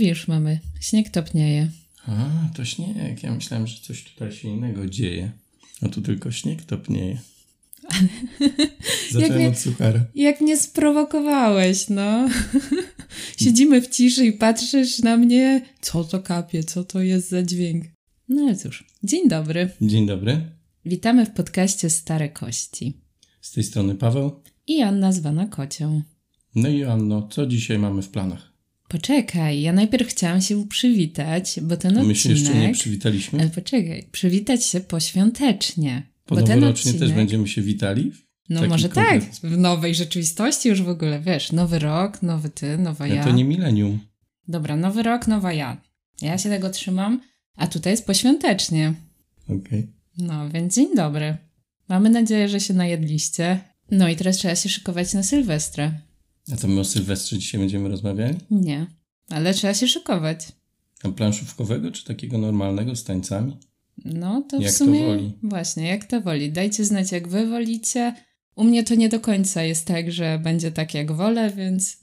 już mamy. Śnieg topnieje. A, to śnieg. Ja myślałem, że coś tutaj się innego dzieje. A tu tylko śnieg topnieje. Zacząłem od suchara. Jak mnie sprowokowałeś, no. Siedzimy w ciszy i patrzysz na mnie, co to kapie, co to jest za dźwięk. No ale cóż, dzień dobry. Dzień dobry. Witamy w podcaście Stare Kości. Z tej strony Paweł. I Anna zwana Kocią. No i Anno, co dzisiaj mamy w planach? Poczekaj, ja najpierw chciałam się przywitać, bo ten odcinek... My się jeszcze nie przywitaliśmy? Ale poczekaj, przywitać się poświątecznie. Bo noworocznie odcinek... też będziemy się witali? No może tak, w nowej rzeczywistości już w ogóle, wiesz, nowy rok, nowy ty, nowa ja. To nie milenium. Dobra, nowy rok, nowa ja. Ja się tego trzymam, a tutaj jest poświątecznie. Okej. No, więc dzień dobry. Mamy nadzieję, że się najedliście. No i teraz trzeba się szykować na Sylwestra. A to my o Sylwestrze dzisiaj będziemy rozmawiali? Nie, ale trzeba się szykować. A planszówkowego czy takiego normalnego z tańcami? No to jak w sumie to woli. Właśnie, jak to woli. Dajcie znać, jak wy wolicie. U mnie to nie do końca jest tak, że będzie tak, jak wolę, więc...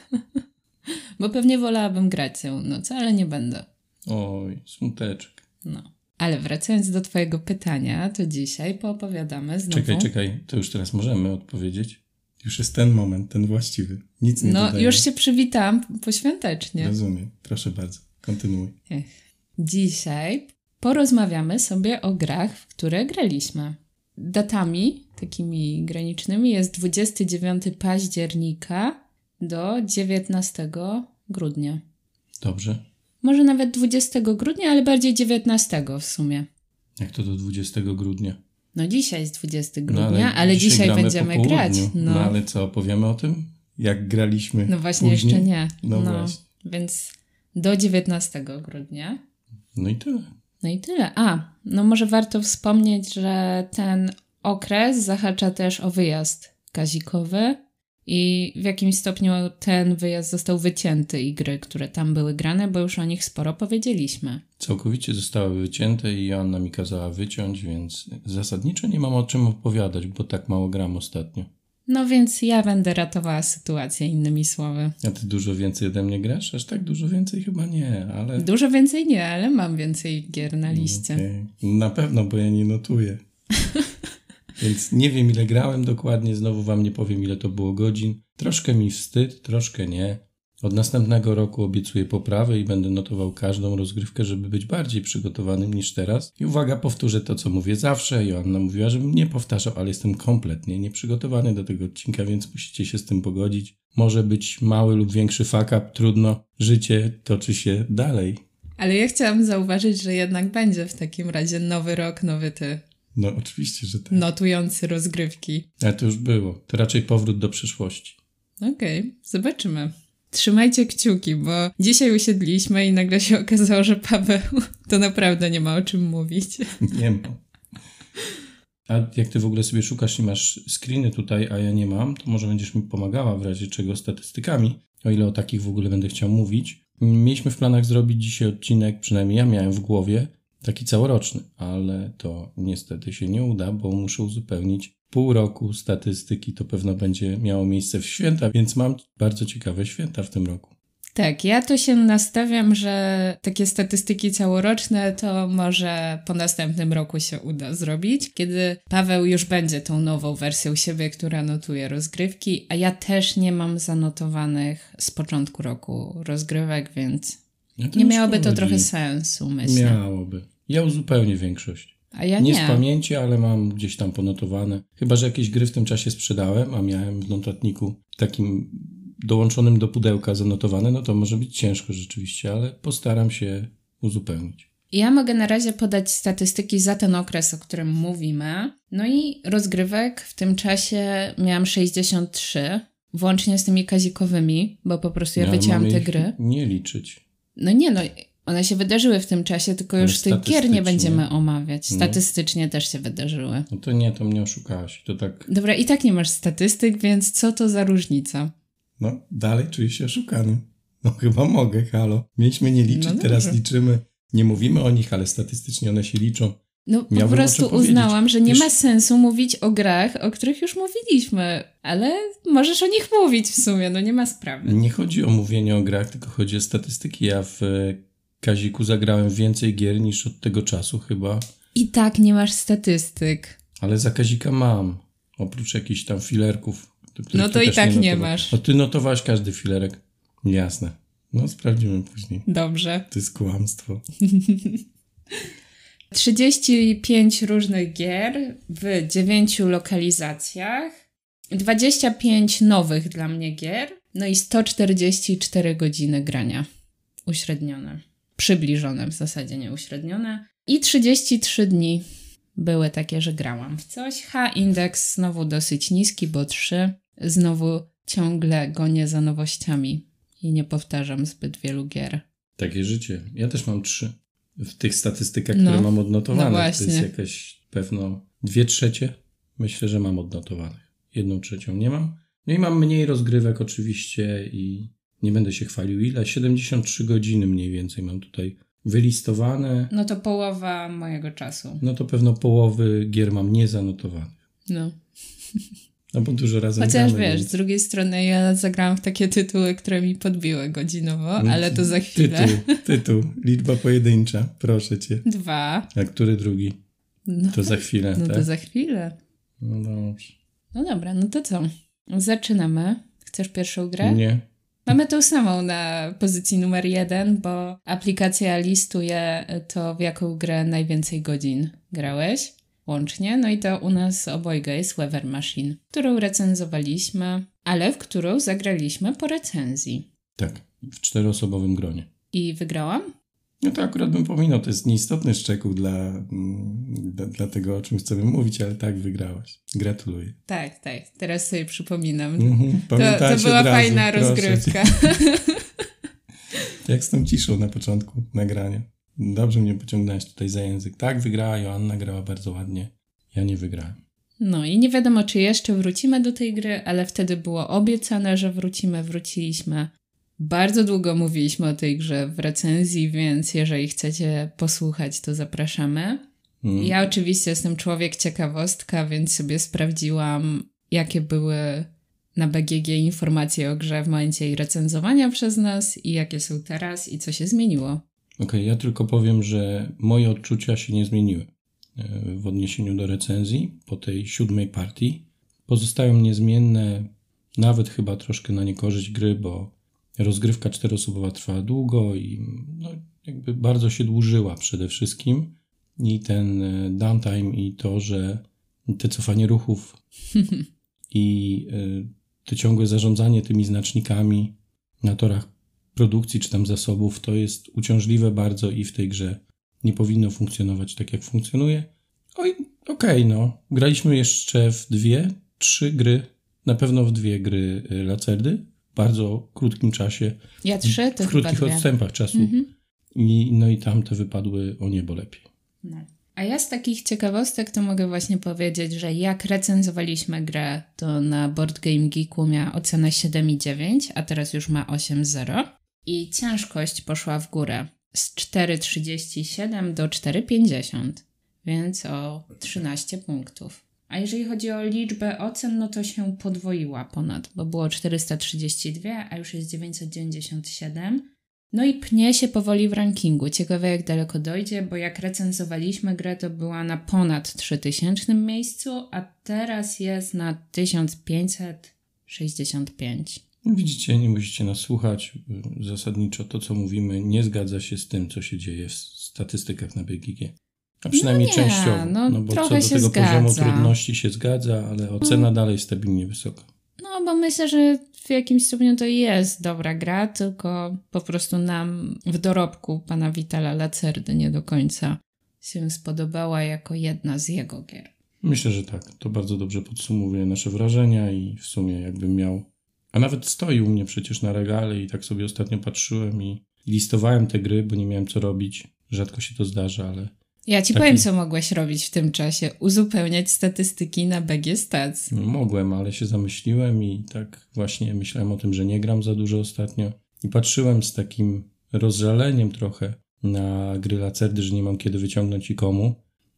Bo pewnie wolałabym grać całą noc, ale nie będę. Oj, smuteczek. No. Ale wracając do twojego pytania, to dzisiaj poopowiadamy znowu... Czekaj, to już teraz możemy odpowiedzieć. Już jest ten moment, ten właściwy. Nic nie dodaję. No, już się przywitałam poświątecznie. Rozumiem. Proszę bardzo, kontynuuj. Dzisiaj porozmawiamy sobie o grach, w które graliśmy. Datami takimi granicznymi jest 29 października do 19 grudnia. Dobrze. Może nawet 20 grudnia, ale bardziej 19 w sumie. Jak to do 20 grudnia? No dzisiaj jest 20 grudnia, ale dzisiaj będziemy grać. No ale co, opowiemy o tym? Jak graliśmy No właśnie później? jeszcze nie. No właśnie. Więc do 19 grudnia. No i tyle. No może warto wspomnieć, że ten okres zahacza też o wyjazd kazikowy i w jakimś stopniu ten wyjazd został wycięty i gry, które tam były grane, bo już o nich sporo powiedzieliśmy. Całkowicie zostały wycięte i Joanna mi kazała wyciąć, więc zasadniczo nie mam o czym opowiadać, bo tak mało gram ostatnio. No więc ja będę ratowała sytuację, innymi słowy. A ty dużo więcej ode mnie grasz? Aż tak dużo więcej chyba nie, ale... Dużo więcej nie, ale mam więcej gier na liście. Okay. Na pewno, bo ja nie notuję. Więc nie wiem, ile grałem dokładnie, znowu wam nie powiem, ile to było godzin. Troszkę mi wstyd, troszkę nie. Od następnego roku obiecuję poprawę i będę notował każdą rozgrywkę, żeby być bardziej przygotowanym niż teraz. I uwaga, powtórzę to, co mówię zawsze. Joanna mówiła, żebym nie powtarzał, ale jestem kompletnie nieprzygotowany do tego odcinka, więc musicie się z tym pogodzić. Może być mały lub większy fuck up, trudno. Życie toczy się dalej. Ale ja chciałam zauważyć, że jednak będzie w takim razie nowy rok, nowy ty. No oczywiście, że tak. Notujący rozgrywki. Ale to już było. To raczej powrót do przeszłości. Okej, zobaczymy. Trzymajcie kciuki, bo dzisiaj usiedliśmy i nagle się okazało, że Paweł to naprawdę nie ma o czym mówić. Nie ma. A jak ty w ogóle sobie szukasz i masz screeny tutaj, a ja nie mam, to może będziesz mi pomagała w razie czego statystykami, o ile o takich w ogóle będę chciał mówić. Mieliśmy w planach zrobić dzisiaj odcinek, przynajmniej ja miałem w głowie, taki całoroczny, ale to niestety się nie uda, bo muszę uzupełnić pół roku statystyki, to pewno będzie miało miejsce w święta, więc mam bardzo ciekawe święta w tym roku. Tak, ja to się nastawiam, że takie statystyki całoroczne to może po następnym roku się uda zrobić, kiedy Paweł już będzie tą nową wersją siebie, która notuje rozgrywki, a ja też nie mam zanotowanych z początku roku rozgrywek, więc nie miałoby to trochę sensu, myślę. Miałoby. Ja uzupełnię większość. A ja nie z pamięci, ale mam gdzieś tam ponotowane. Chyba że jakieś gry w tym czasie sprzedałem, a miałem w notatniku takim dołączonym do pudełka zanotowane, no to może być ciężko rzeczywiście, ale postaram się uzupełnić. Ja mogę na razie podać statystyki za ten okres, o którym mówimy. No i rozgrywek w tym czasie miałam 63, włącznie z tymi kazikowymi, bo po prostu ja wycięłam te gry. Nie liczyć. No one się wydarzyły w tym czasie, tylko już z tych gier nie będziemy omawiać. Statystycznie też się wydarzyły. No to nie, to mnie oszukałaś. To tak... Dobra, i tak nie masz statystyk, więc co to za różnica? No, dalej czuję się oszukany. No chyba mogę, halo. Mieliśmy nie liczyć, teraz liczymy. Nie mówimy o nich, ale statystycznie one się liczą. No po Miałbym prostu o czym powiedzieć. uznałam, że nie Wiesz, ma sensu mówić o grach, o których już mówiliśmy, ale możesz o nich mówić w sumie, no nie ma sprawy. Nie chodzi o mówienie o grach, tylko chodzi o statystyki. Ja w Kaziku zagrałem więcej gier niż od tego czasu chyba. I tak nie masz statystyk. Ale za Kazika mam. Oprócz jakichś tam filerków. No to i tak nie masz. No ty notowałeś każdy filerek. Jasne. No sprawdzimy później. Dobrze. To jest kłamstwo. 35 różnych gier w 9 lokalizacjach, 25 nowych dla mnie gier, no i 144 godziny grania. Uśrednione. Przybliżone w zasadzie, nie uśrednione. I 33 dni były takie, że grałam w coś. Indeks znowu dosyć niski, bo 3. Znowu ciągle gonię za nowościami i nie powtarzam zbyt wielu gier. Takie życie. Ja też mam 3. W tych statystykach, które mam odnotowane. No właśnie. To jest jakaś pewno 2/3. Myślę, że mam odnotowanych. 1/3 nie mam. No i mam mniej rozgrywek oczywiście i nie będę się chwalił ile. 73 godziny mniej więcej mam tutaj wylistowane. No to połowa mojego czasu. No to pewno połowy gier mam niezanotowanych. No. No bo dużo razy Chociaż gramy, wiesz, więc... z drugiej strony ja zagrałam w takie tytuły, które mi podbiły godzinowo, ale to za chwilę. Tytuł. Liczba pojedyncza. Proszę cię. 2. A który drugi? No To za chwilę, No tak? to za chwilę. No dobrze. No dobra, no to co? Zaczynamy. Chcesz pierwszą grę? Nie. Mamy tą samą na pozycji numer 1, bo aplikacja listuje to, w jaką grę najwięcej godzin grałeś łącznie. No i to u nas obojga jest Weather Machine, którą recenzowaliśmy, ale w którą zagraliśmy po recenzji. Tak, w 4-osobowym gronie. I wygrałam? No to akurat bym pominął, to jest nieistotny szczegół dla tego, o czym chcemy mówić, ale tak, wygrałaś. Gratuluję. Tak. Teraz sobie przypominam. Pamiętajcie to była od razu, fajna proszę rozgrywka. Jak z tą ciszą na początku nagrania. Dobrze mnie pociągnąłeś tutaj za język. Tak, wygrała Joanna, grała bardzo ładnie. Ja nie wygrałem. No i nie wiadomo, czy jeszcze wrócimy do tej gry, ale wtedy było obiecane, że wróciliśmy. Bardzo długo mówiliśmy o tej grze w recenzji, więc jeżeli chcecie posłuchać, to zapraszamy. Ja oczywiście jestem człowiek ciekawostka, więc sobie sprawdziłam, jakie były na BGG informacje o grze w momencie jej recenzowania przez nas i jakie są teraz i co się zmieniło. Okej, ja tylko powiem, że moje odczucia się nie zmieniły w odniesieniu do recenzji po tej 7. partii. Pozostają niezmienne, nawet chyba troszkę na niekorzyść gry, bo rozgrywka 4-osobowa trwała długo i no, jakby bardzo się dłużyła przede wszystkim. I ten downtime i to, że te cofanie ruchów i to ciągłe zarządzanie tymi znacznikami na torach produkcji czy tam zasobów, to jest uciążliwe bardzo i w tej grze nie powinno funkcjonować tak, jak funkcjonuje. Okej, graliśmy jeszcze w 2-3 gry, na pewno w 2 gry Lacerdy, w bardzo krótkim czasie. Ja 3, to w krótkich chyba 2. odstępach czasu. I tam te wypadły o niebo lepiej. No. A ja z takich ciekawostek to mogę właśnie powiedzieć, że jak recenzowaliśmy grę, to na Board Game Geeku miała ocenę 7,9, a teraz już ma 8,0. I ciężkość poszła w górę z 4,37 do 4,50, więc o 13 punktów. A jeżeli chodzi o liczbę ocen, no to się podwoiła ponad, bo było 432, a już jest 997. No i pnie się powoli w rankingu. Ciekawe, jak daleko dojdzie, bo jak recenzowaliśmy grę, to była na ponad 3000 miejscu, a teraz jest na 1565. Widzicie, nie musicie nas słuchać. Zasadniczo to, co mówimy, nie zgadza się z tym, co się dzieje w statystykach na BGG. A przynajmniej częściowo. No bo trochę co do się tego zgadza. poziomu trudności się zgadza, ale ocena dalej stabilnie wysoka. No, bo myślę, że w jakimś stopniu to jest dobra gra, tylko po prostu nam w dorobku pana Witala Lacerdy nie do końca się spodobała jako jedna z jego gier. Myślę, że tak. To bardzo dobrze podsumowuje nasze wrażenia i w sumie jakbym miał... A nawet stoi u mnie przecież na regale i tak sobie ostatnio patrzyłem i listowałem te gry, bo nie miałem co robić. Rzadko się to zdarza, ale... Ja ci powiem, co mogłeś robić w tym czasie. Uzupełniać statystyki na BG Stats. No, mogłem, ale się zamyśliłem i tak właśnie myślałem o tym, że nie gram za dużo ostatnio. I patrzyłem z takim rozżaleniem trochę na gry Lacerdy, że nie mam kiedy wyciągnąć i komu.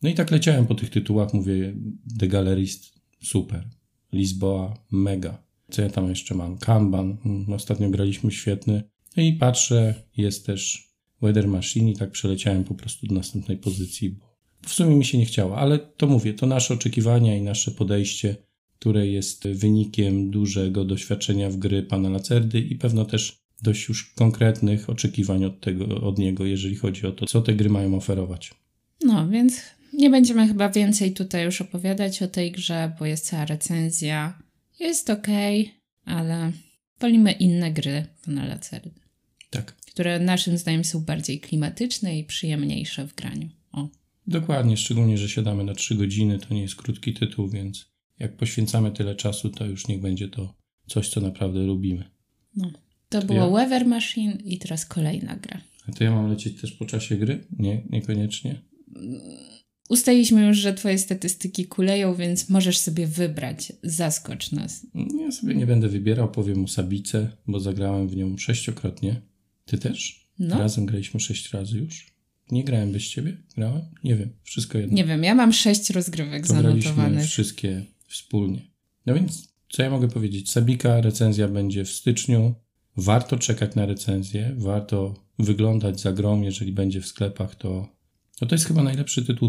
No i tak leciałem po tych tytułach, mówię, The Gallerist, super. Lisboa, mega. Co ja tam jeszcze mam? Kanban, ostatnio graliśmy świetny. No i patrzę, jest też Weather Machine i tak przeleciałem po prostu do następnej pozycji, bo w sumie mi się nie chciało, ale to mówię, to nasze oczekiwania i nasze podejście, które jest wynikiem dużego doświadczenia w gry pana Lacerdy i pewno też dość już konkretnych oczekiwań od niego, jeżeli chodzi o to, co te gry mają oferować. No, więc nie będziemy chyba więcej tutaj już opowiadać o tej grze, bo jest cała recenzja. Jest okej, ale wolimy inne gry pana Lacerdy. Tak. Które naszym zdaniem są bardziej klimatyczne i przyjemniejsze w graniu. O. Dokładnie, szczególnie, że siadamy na 3 godziny, to nie jest krótki tytuł, więc jak poświęcamy tyle czasu, to już niech będzie to coś, co naprawdę lubimy. No. To było Weather Machine i teraz kolejna gra. A to ja mam lecieć też po czasie gry? Nie, niekoniecznie. Ustaliliśmy już, że twoje statystyki kuleją, więc możesz sobie wybrać. Zaskocz nas. Ja sobie nie będę wybierał, powiem o Sabice, bo zagrałem w nią 6-krotnie. Ty też? No. Razem graliśmy 6 razy już. Nie grałem bez ciebie? Grałem? Nie wiem, wszystko jedno. Nie wiem, ja mam 6 rozgrywek to zanotowanych. Graliśmy wszystkie wspólnie. No więc, co ja mogę powiedzieć? Sabika, recenzja będzie w styczniu. Warto czekać na recenzję, warto wyglądać za grą, jeżeli będzie w sklepach, to jest chyba najlepszy tytuł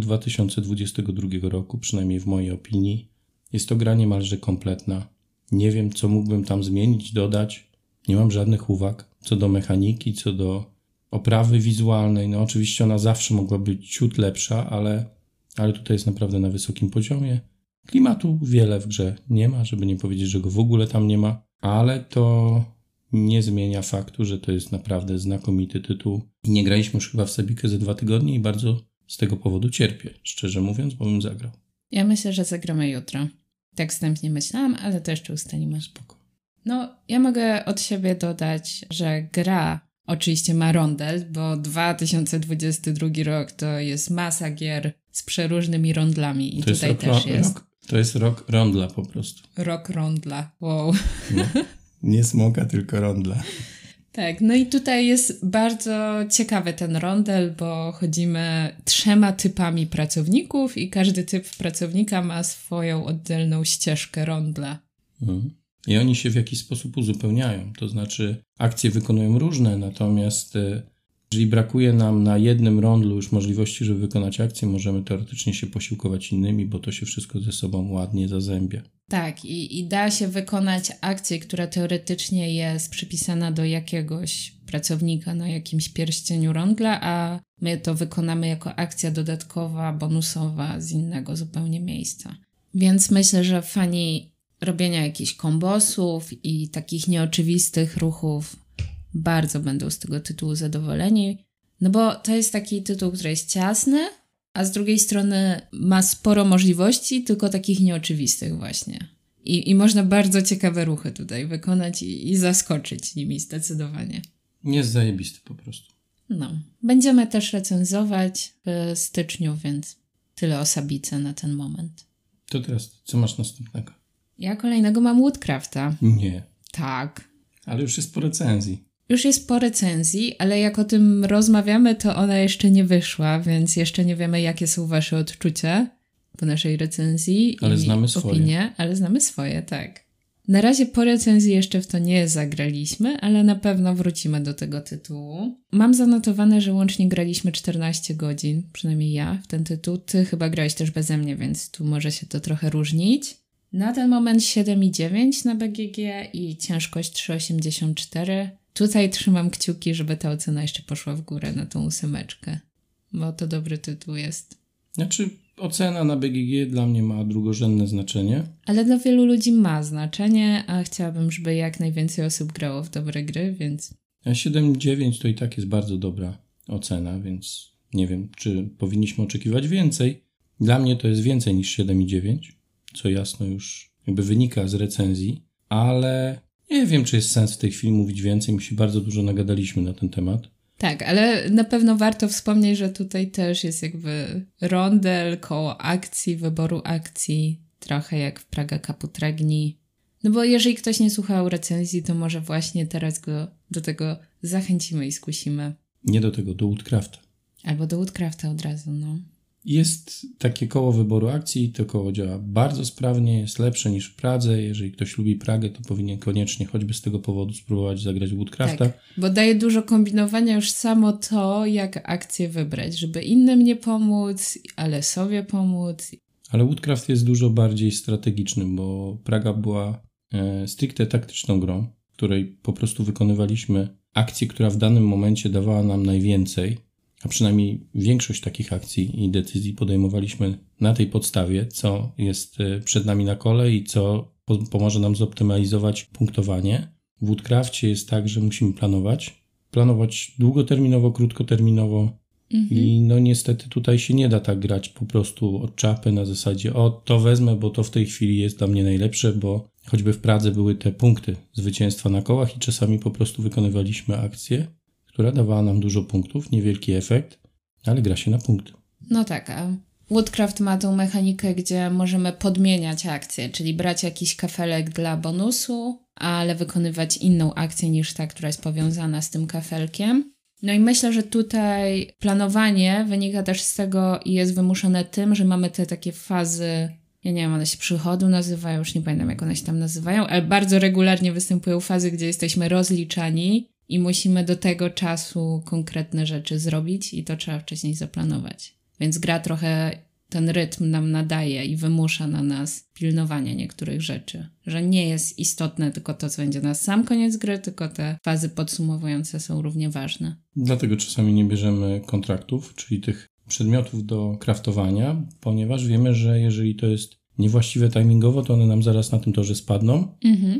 2022 roku, przynajmniej w mojej opinii. Jest to gra niemalże kompletna. Nie wiem, co mógłbym tam zmienić, dodać. Nie mam żadnych uwag co do mechaniki, co do oprawy wizualnej. No oczywiście ona zawsze mogła być ciut lepsza, ale tutaj jest naprawdę na wysokim poziomie. Klimatu wiele w grze nie ma, żeby nie powiedzieć, że go w ogóle tam nie ma, ale to nie zmienia faktu, że to jest naprawdę znakomity tytuł. I nie graliśmy już chyba w Sabikę ze 2 tygodnie i bardzo z tego powodu cierpię, szczerze mówiąc, bo bym zagrał. Ja myślę, że zagramy jutro. Tak wstępnie myślałam, ale to jeszcze ustalimy. Spoko. No, ja mogę od siebie dodać, że gra oczywiście ma rondel, bo 2022 rok to jest masa gier z przeróżnymi rondlami i to tutaj też jest. To jest rok rondla po prostu. Rok rondla, wow. No, nie smoka, tylko rondla. Tak, no i tutaj jest bardzo ciekawy ten rondel, bo chodzimy 3 typami pracowników i każdy typ pracownika ma swoją oddzielną ścieżkę rondla. I oni się w jakiś sposób uzupełniają, to znaczy akcje wykonują różne, natomiast jeżeli brakuje nam na jednym rondlu już możliwości, żeby wykonać akcję, możemy teoretycznie się posiłkować innymi, bo to się wszystko ze sobą ładnie zazębia. Tak, i da się wykonać akcję, która teoretycznie jest przypisana do jakiegoś pracownika na jakimś pierścieniu rondla, a my to wykonamy jako akcja dodatkowa, bonusowa z innego zupełnie miejsca. Więc myślę, że fani robienia jakichś kombosów i takich nieoczywistych ruchów bardzo będą z tego tytułu zadowoleni, no bo to jest taki tytuł, który jest ciasny, a z drugiej strony ma sporo możliwości, tylko takich nieoczywistych właśnie. I można bardzo ciekawe ruchy tutaj wykonać i zaskoczyć nimi zdecydowanie. Jest zajebisty po prostu. No. Będziemy też recenzować w styczniu, więc tyle o Sabice na ten moment. To teraz, co masz następnego? Ja kolejnego mam Woodcrafta. Nie. Tak. Ale już jest po recenzji. Już jest po recenzji, ale jak o tym rozmawiamy, to ona jeszcze nie wyszła, więc jeszcze nie wiemy, jakie są wasze odczucia po naszej recenzji ale i znamy swoje. opinie. Ale znamy swoje, tak. Na razie po recenzji jeszcze w to nie zagraliśmy, ale na pewno wrócimy do tego tytułu. Mam zanotowane, że łącznie graliśmy 14 godzin, przynajmniej ja, w ten tytuł. Ty chyba grałeś też beze mnie, więc tu może się to trochę różnić. Na ten moment 7,9 na BGG i ciężkość 3,84. Tutaj trzymam kciuki, żeby ta ocena jeszcze poszła w górę na tą 8, bo to dobry tytuł jest. Znaczy, ocena na BGG dla mnie ma drugorzędne znaczenie. Ale dla wielu ludzi ma znaczenie, a chciałabym, żeby jak najwięcej osób grało w dobre gry, więc... A 7,9 to i tak jest bardzo dobra ocena, więc nie wiem, czy powinniśmy oczekiwać więcej. Dla mnie to jest więcej niż 7,9, co jasno już jakby wynika z recenzji, ale nie wiem, czy jest sens w tej chwili mówić więcej. My się bardzo dużo nagadaliśmy na ten temat. Tak, ale na pewno warto wspomnieć, że tutaj też jest jakby rondel koło akcji, wyboru akcji, trochę jak w Praga Caput Regni. No bo jeżeli ktoś nie słuchał recenzji, to może właśnie teraz go do tego zachęcimy i skusimy. Nie do tego, do Woodcrafta. Albo do Woodcrafta od razu, no. Jest takie koło wyboru akcji, to koło działa bardzo sprawnie, jest lepsze niż w Pradze. Jeżeli ktoś lubi Pragę, to powinien koniecznie choćby z tego powodu spróbować zagrać w Woodcrafta. Tak, bo daje dużo kombinowania już samo to, jak akcję wybrać, żeby innym nie pomóc, ale sobie pomóc. Ale Woodcraft jest dużo bardziej strategicznym, bo Praga była stricte taktyczną grą, w której po prostu wykonywaliśmy akcję, która w danym momencie dawała nam najwięcej, a przynajmniej większość takich akcji i decyzji podejmowaliśmy na tej podstawie, co jest przed nami na kole i co pomoże nam zoptymalizować punktowanie. W Woodcrafcie jest tak, że musimy planować długoterminowo, krótkoterminowo i no niestety tutaj się nie da tak grać po prostu od czapy na zasadzie to wezmę, bo to w tej chwili jest dla mnie najlepsze, bo choćby w Pradze były te punkty zwycięstwa na kołach i czasami po prostu wykonywaliśmy akcję, która dawała nam dużo punktów, niewielki efekt, ale gra się na punkty. No tak, a Woodcraft ma tą mechanikę, gdzie możemy podmieniać akcje, czyli brać jakiś kafelek dla bonusu, ale wykonywać inną akcję niż ta, która jest powiązana z tym kafelkiem. No i myślę, że tutaj planowanie wynika też z tego i jest wymuszone tym, że mamy te takie fazy, ja nie wiem, one się przychodu nazywają, już nie pamiętam jak one się tam nazywają, ale bardzo regularnie występują fazy, gdzie jesteśmy rozliczani i musimy do tego czasu konkretne rzeczy zrobić i to trzeba wcześniej zaplanować. Więc gra trochę ten rytm nam nadaje i wymusza na nas pilnowanie niektórych rzeczy. Że nie jest istotne tylko to, co będzie na sam koniec gry, tylko te fazy podsumowujące są równie ważne. Dlatego czasami nie bierzemy kontraktów, czyli tych przedmiotów do craftowania, ponieważ wiemy, że jeżeli to jest niewłaściwe timingowo, to one nam zaraz na tym torze spadną.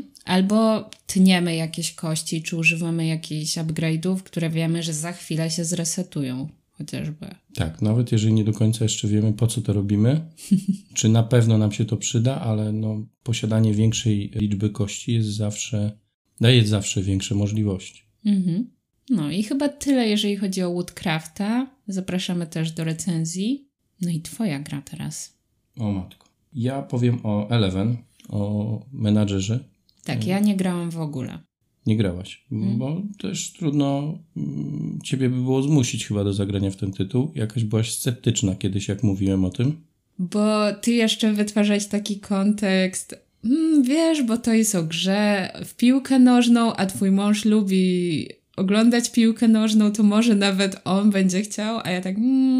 Albo tniemy jakieś kości, czy używamy jakichś upgrade'ów, które wiemy, że za chwilę się zresetują. Chociażby. Tak, nawet jeżeli nie do końca jeszcze wiemy, po co to robimy, czy na pewno nam się to przyda, ale no, posiadanie większej liczby kości daje zawsze większe możliwości. No i chyba tyle, jeżeli chodzi o Woodcrafta. Zapraszamy też do recenzji. No i twoja gra teraz. O matko. Ja powiem o Eleven, o menadżerze. Tak, ja nie grałam w ogóle. Nie grałaś, bo też trudno ciebie by było zmusić chyba do zagrania w ten tytuł. Jakaś byłaś sceptyczna kiedyś, jak mówiłem o tym. Bo ty jeszcze wytwarzałeś taki kontekst, wiesz, bo to jest o grze w piłkę nożną, a twój mąż lubi oglądać piłkę nożną, to może nawet on będzie chciał, a ja tak,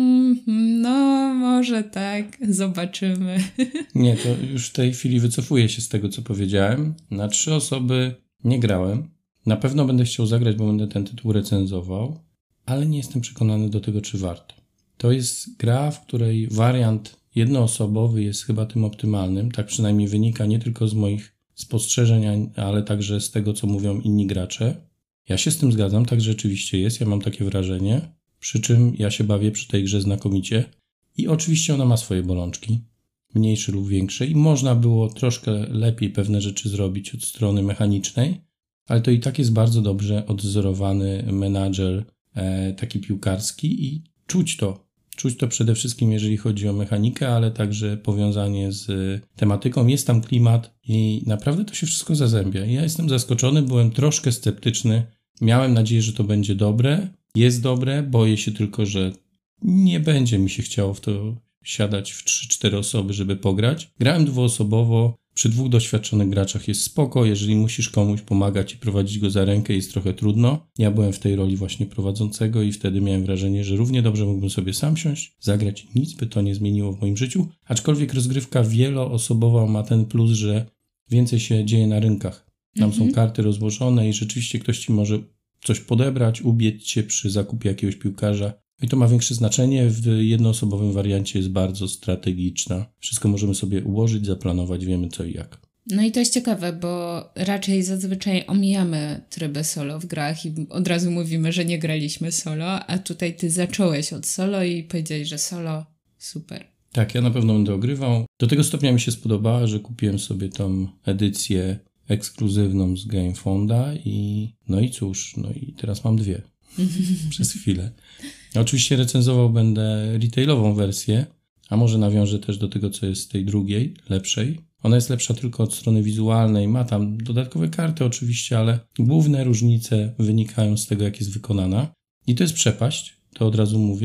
no może tak, zobaczymy. Nie, to już w tej chwili wycofuję się z tego, co powiedziałem. Na 3 osoby nie grałem. Na pewno będę chciał zagrać, bo będę ten tytuł recenzował, ale nie jestem przekonany do tego, czy warto. To jest gra, w której wariant jednoosobowy jest chyba tym optymalnym. Tak przynajmniej wynika nie tylko z moich spostrzeżeń, ale także z tego, co mówią inni gracze. Ja się z tym zgadzam, tak rzeczywiście jest, ja mam takie wrażenie. Przy czym ja się bawię przy tej grze znakomicie. I oczywiście ona ma swoje bolączki, mniejsze lub większe, i można było troszkę lepiej pewne rzeczy zrobić od strony mechanicznej, ale to i tak jest bardzo dobrze odwzorowany menadżer taki piłkarski i czuć to. Czuć to przede wszystkim, jeżeli chodzi o mechanikę, ale także powiązanie z tematyką. Jest tam klimat i naprawdę to się wszystko zazębia. Ja jestem zaskoczony, byłem troszkę sceptyczny. Miałem nadzieję, że to będzie dobre. Jest dobre, boję się tylko, że nie będzie mi się chciało w to siadać w 3-4 osoby, żeby pograć. Grałem dwuosobowo. Przy 2 doświadczonych graczach jest spoko, jeżeli musisz komuś pomagać i prowadzić go za rękę, jest trochę trudno. Ja byłem w tej roli właśnie prowadzącego i wtedy miałem wrażenie, że równie dobrze mógłbym sobie sam siąść, zagrać, nic by to nie zmieniło w moim życiu, aczkolwiek rozgrywka wieloosobowa ma ten plus, że więcej się dzieje na rynkach. Tam są karty rozłożone i rzeczywiście ktoś ci może coś podebrać, ubiec cię przy zakupie jakiegoś piłkarza. I to ma większe znaczenie. W jednoosobowym wariancie jest bardzo strategiczna. Wszystko możemy sobie ułożyć, zaplanować, wiemy co i jak. No i to jest ciekawe, bo raczej zazwyczaj omijamy tryby solo w grach i od razu mówimy, że nie graliśmy solo, a tutaj ty zacząłeś od solo i powiedziałeś, że solo super. Tak, ja na pewno będę ogrywał. Do tego stopnia mi się spodobała, że kupiłem sobie tą edycję ekskluzywną z GameFonda i cóż, i teraz mam 2 przez chwilę. Oczywiście recenzował będę retailową wersję, a może nawiążę też do tego, co jest z tej drugiej, lepszej. Ona jest lepsza tylko od strony wizualnej, ma tam dodatkowe karty oczywiście, ale główne różnice wynikają z tego, jak jest wykonana. I to jest przepaść, to od razu mówię.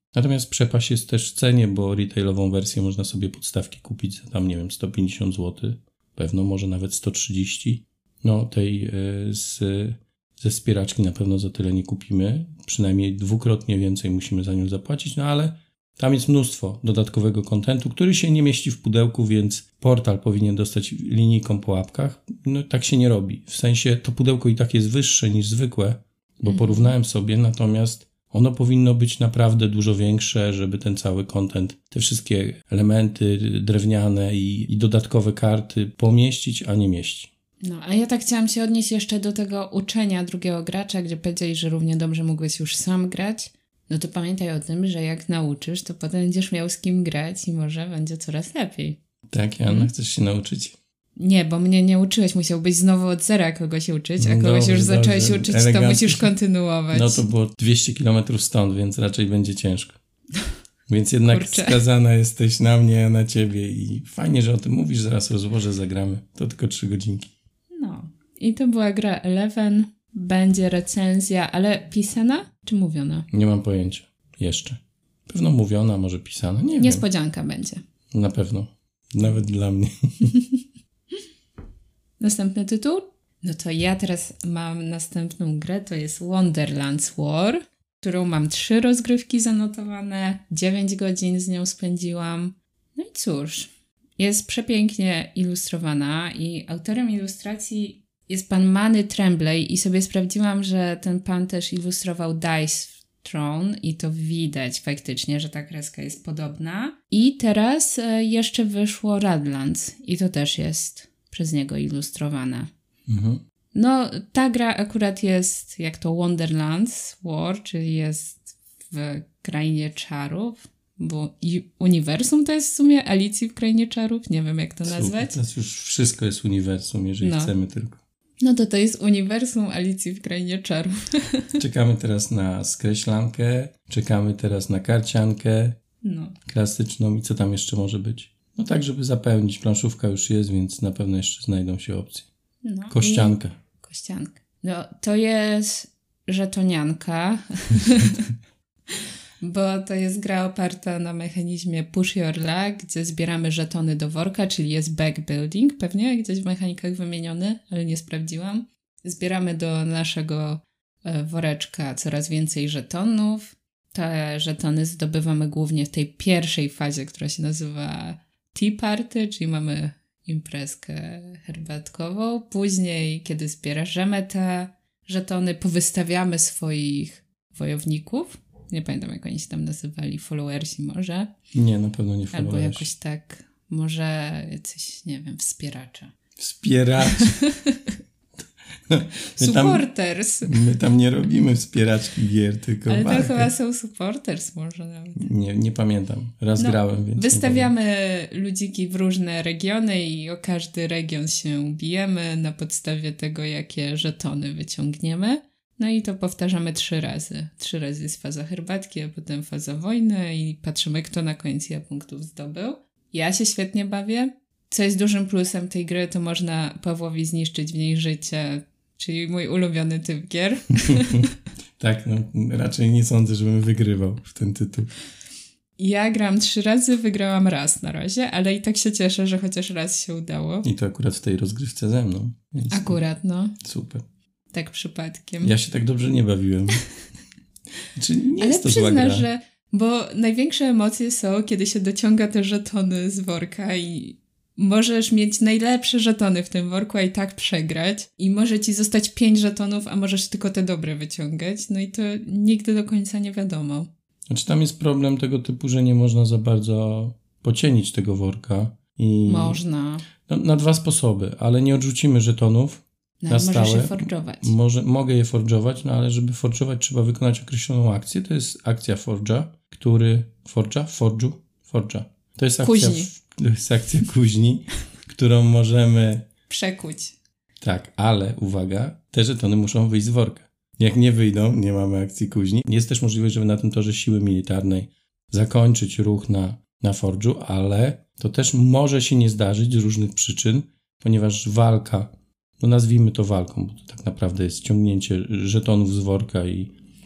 Natomiast przepaść jest też w cenie, bo retailową wersję można sobie podstawki kupić za tam, nie wiem, 150 zł. Pewno, może nawet 130. No tej ze wspieraczki na pewno za tyle nie kupimy. Przynajmniej dwukrotnie więcej musimy za nią zapłacić, no ale tam jest mnóstwo dodatkowego kontentu, który się nie mieści w pudełku, więc portal powinien dostać linijką po łapkach. No tak się nie robi. W sensie to pudełko i tak jest wyższe niż zwykłe, bo porównałem sobie, natomiast ono powinno być naprawdę dużo większe, żeby ten cały content, te wszystkie elementy drewniane i dodatkowe karty pomieścić, a nie mieści. No, a ja tak chciałam się odnieść jeszcze do tego uczenia drugiego gracza, gdzie powiedzieli, że równie dobrze mógłbyś już sam grać. No to pamiętaj o tym, że jak nauczysz, to potem będziesz miał z kim grać i może będzie coraz lepiej. Tak, Joanna, chcesz się nauczyć? Nie, bo mnie nie uczyłeś, musiałbyś znowu od zera kogoś uczyć, a kogoś już zacząłeś uczyć, to musisz kontynuować. No to było 200 km stąd, więc raczej będzie ciężko. Więc jednak skazana jesteś na mnie, a na ciebie i fajnie, że o tym mówisz, zaraz rozłożę, zagramy. To tylko 3 godzinki. No i to była gra 11, będzie recenzja, ale pisana czy mówiona? Nie mam pojęcia. Jeszcze. Pewno mówiona, może pisana, nie wiem. Niespodzianka będzie. Na pewno. Nawet dla mnie. Następny tytuł? No to ja teraz mam następną grę, to jest Wonderlands War, którą mam 3 rozgrywki zanotowane, 9 godzin z nią spędziłam. No i cóż, jest przepięknie ilustrowana i autorem ilustracji jest pan Manny Tremblay i sobie sprawdziłam, że ten pan też ilustrował Dice Throne i to widać faktycznie, że ta kreska jest podobna. I teraz jeszcze wyszło Radlands i to też jest przez niego ilustrowane. No, ta gra akurat jest jak to Wonderlands War, czyli jest w Krainie Czarów, bo uniwersum to jest w sumie Alicji w Krainie Czarów, nie wiem jak to nazwać. To już wszystko jest uniwersum, jeżeli chcemy tylko. No to jest uniwersum Alicji w Krainie Czarów. Czekamy teraz na skreślankę, czekamy teraz na karciankę klasyczną i co tam jeszcze może być. No tak, żeby zapełnić, planszówka już jest, więc na pewno jeszcze znajdą się opcje. No, kościankę. Kościankę. No to jest żetonianka, bo to jest gra oparta na mechanizmie Push Your Luck, gdzie zbieramy żetony do worka, czyli jest backbuilding, pewnie gdzieś w mechanikach wymieniony, ale nie sprawdziłam. Zbieramy do naszego woreczka coraz więcej żetonów. Te żetony zdobywamy głównie w tej pierwszej fazie, która się nazywa Tea Party, czyli mamy imprezkę herbatkową. Później, kiedy zbierzemy te żetony, powystawiamy swoich wojowników. Nie pamiętam, jak oni się tam nazywali, followersi może. Nie, na pewno nie followersi. Albo jakoś tak, może jacyś, nie wiem, wspieracze. Wspieracze. Supporters. My tam nie robimy wspieraczki gier, tylko ale to chyba są supporters może nawet. Nie pamiętam. Raz grałem, więc... Wystawiamy ludziki w różne regiony i o każdy region się bijemy na podstawie tego, jakie żetony wyciągniemy. No i to powtarzamy 3 razy. 3 razy jest faza herbatki, a potem faza wojny i patrzymy, kto na końcu ile punktów zdobył. Ja się świetnie bawię. Co jest dużym plusem tej gry, to można Pawłowi zniszczyć w niej życie, czyli mój ulubiony typ gier. Tak, no raczej nie sądzę, żebym wygrywał w ten tytuł. Ja gram 3 razy, wygrałam raz na razie, ale i tak się cieszę, że chociaż raz się udało. I to akurat w tej rozgrywce ze mną. Więc akurat, no. Super. Tak przypadkiem. Ja się tak dobrze nie bawiłem. Nie ale jest to zła gra. przyznasz, że... Bo największe emocje są, kiedy się dociąga te żetony z worka i możesz mieć najlepsze żetony w tym worku, a i tak przegrać. I może ci zostać 5 żetonów, a możesz tylko te dobre wyciągać. No i to nigdy do końca nie wiadomo. Znaczy tam jest problem tego typu, że nie można za bardzo pocienić tego worka. Można. No, na 2 sposoby, ale nie odrzucimy żetonów na stałe. Możesz je forge'ować. Mogę je forge'ować, no ale żeby forge'ować trzeba wykonać określoną akcję. To jest akcja forge'a, Forge'a. To jest akcja kuźni, którą możemy przekuć. Tak, ale uwaga, te żetony muszą wyjść z worka. Jak nie wyjdą, nie mamy akcji kuźni. Jest też możliwość, żeby na tym torze siły militarnej zakończyć ruch na forge'u, ale to też może się nie zdarzyć z różnych przyczyn, ponieważ walka, no nazwijmy to walką, bo to tak naprawdę jest ciągnięcie żetonów z worka i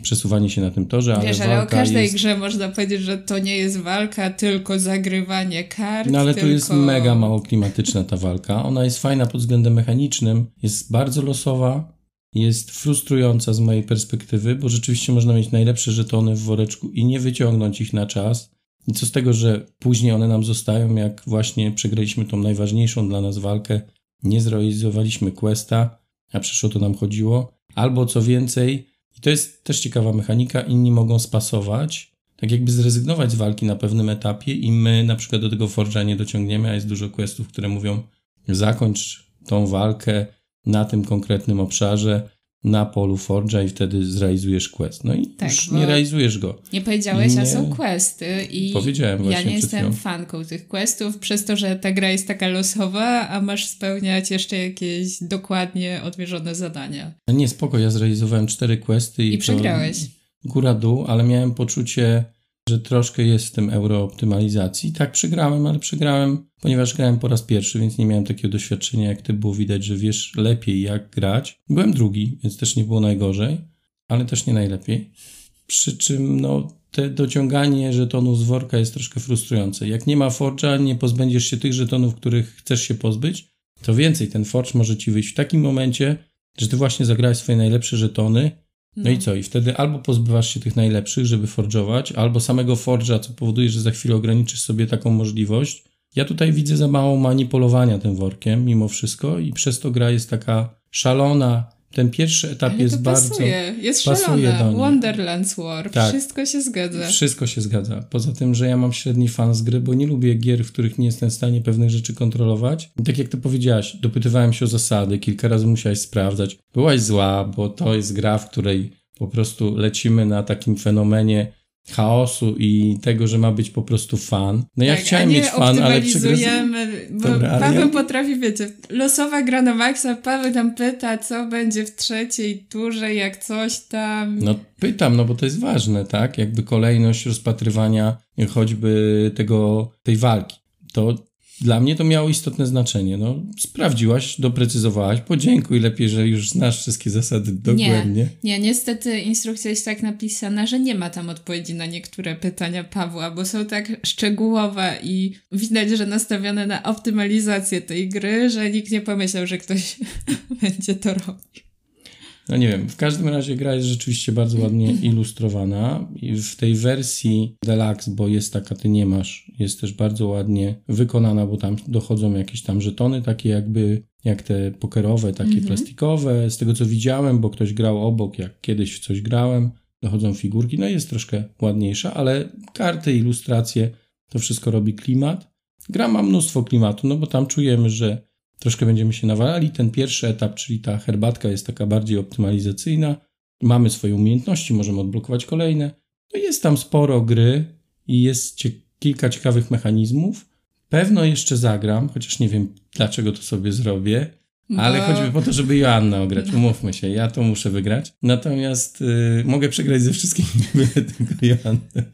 przesuwanie się na tym torze, ale wiesz, ale walka o każdej jest... grze można powiedzieć, że to nie jest walka, tylko zagrywanie kart. No ale tylko... tu jest mega mało klimatyczna ta walka. Ona jest fajna pod względem mechanicznym, jest bardzo losowa, jest frustrująca z mojej perspektywy, bo rzeczywiście można mieć najlepsze żetony w woreczku i nie wyciągnąć ich na czas. I co z tego, że później one nam zostają, jak właśnie przegraliśmy tą najważniejszą dla nas walkę, nie zrealizowaliśmy questa, a przecież o to nam chodziło. Albo co więcej, i to jest też ciekawa mechanika, inni mogą spasować, tak jakby zrezygnować z walki na pewnym etapie i my na przykład do tego forge'a nie dociągniemy, a jest dużo questów, które mówią zakończ tą walkę na tym konkretnym obszarze, na polu forge'a i wtedy zrealizujesz quest. No i tak, już nie realizujesz go. Nie powiedziałeś, a są questy i powiedziałem właśnie ja nie jestem fanką tych questów, przez to, że ta gra jest taka losowa, a masz spełniać jeszcze jakieś dokładnie odmierzone zadania. Nie, spoko, ja zrealizowałem 4 questy i przegrałeś. Góra-dół, ale miałem poczucie, że troszkę jest w tym eurooptymalizacji. Tak, przegrałem, ale przegrałem, ponieważ grałem po raz pierwszy, więc nie miałem takiego doświadczenia, jak ty, było widać, że wiesz lepiej jak grać. Byłem drugi, więc też nie było najgorzej, ale też nie najlepiej. Przy czym, te dociąganie żetonów z worka jest troszkę frustrujące. Jak nie ma forge'a, nie pozbędziesz się tych żetonów, których chcesz się pozbyć, to więcej, ten forge może ci wyjść w takim momencie, że ty właśnie zagrałeś swoje najlepsze żetony. No i co? I wtedy albo pozbywasz się tych najlepszych, żeby forge'ować, albo samego forge'a, co powoduje, że za chwilę ograniczysz sobie taką możliwość. Ja tutaj widzę za mało manipulowania tym workiem mimo wszystko i przez to gra jest taka szalona. Ten pierwszy etap ale jest to bardzo... pasuje. Jest pasuje szalona. do niej. Wonderland's War. Tak. Wszystko się zgadza. Wszystko się zgadza. Poza tym, że ja mam średni fan z gry, bo nie lubię gier, w których nie jestem w stanie pewnych rzeczy kontrolować. I tak jak ty powiedziałaś, dopytywałem się o zasady, kilka razy musiałaś sprawdzać. Byłaś zła, bo to jest gra, w której po prostu lecimy na takim fenomenie chaosu i tego, że ma być po prostu fan. No ja chciałem mieć fan, ale optymalizujemy, bo dobra, Paweł potrafi, wiecie, losowa gra na maksa, Paweł tam pyta, co będzie w trzeciej turze, jak coś tam. No pytam, bo to jest ważne, tak? Jakby kolejność rozpatrywania choćby tej walki. To dla mnie to miało istotne znaczenie. Sprawdziłaś, doprecyzowałaś, podziękuj lepiej, że już znasz wszystkie zasady dogłębnie. Nie, niestety instrukcja jest tak napisana, że nie ma tam odpowiedzi na niektóre pytania Pawła, bo są tak szczegółowe i widać, że nastawione na optymalizację tej gry, że nikt nie pomyślał, że ktoś będzie to robił. No nie wiem, w każdym razie gra jest rzeczywiście bardzo ładnie ilustrowana i w tej wersji Deluxe, bo jest taka, ty nie masz, jest też bardzo ładnie wykonana, bo tam dochodzą jakieś tam żetony takie jakby, jak te pokerowe, takie plastikowe, z tego co widziałem, bo ktoś grał obok, jak kiedyś w coś grałem, dochodzą figurki, jest troszkę ładniejsza, ale karty, ilustracje, to wszystko robi klimat. Gra ma mnóstwo klimatu, bo tam czujemy, że troszkę będziemy się nawalali. Ten pierwszy etap, czyli ta herbatka jest taka bardziej optymalizacyjna. Mamy swoje umiejętności, możemy odblokować kolejne. Jest tam sporo gry i jest kilka ciekawych mechanizmów. Pewno jeszcze zagram, chociaż nie wiem, dlaczego to sobie zrobię, ale choćby po to, żeby Joannę ograć. Umówmy się, ja to muszę wygrać. Natomiast mogę przegrać ze wszystkimi, byle tylko Joannę.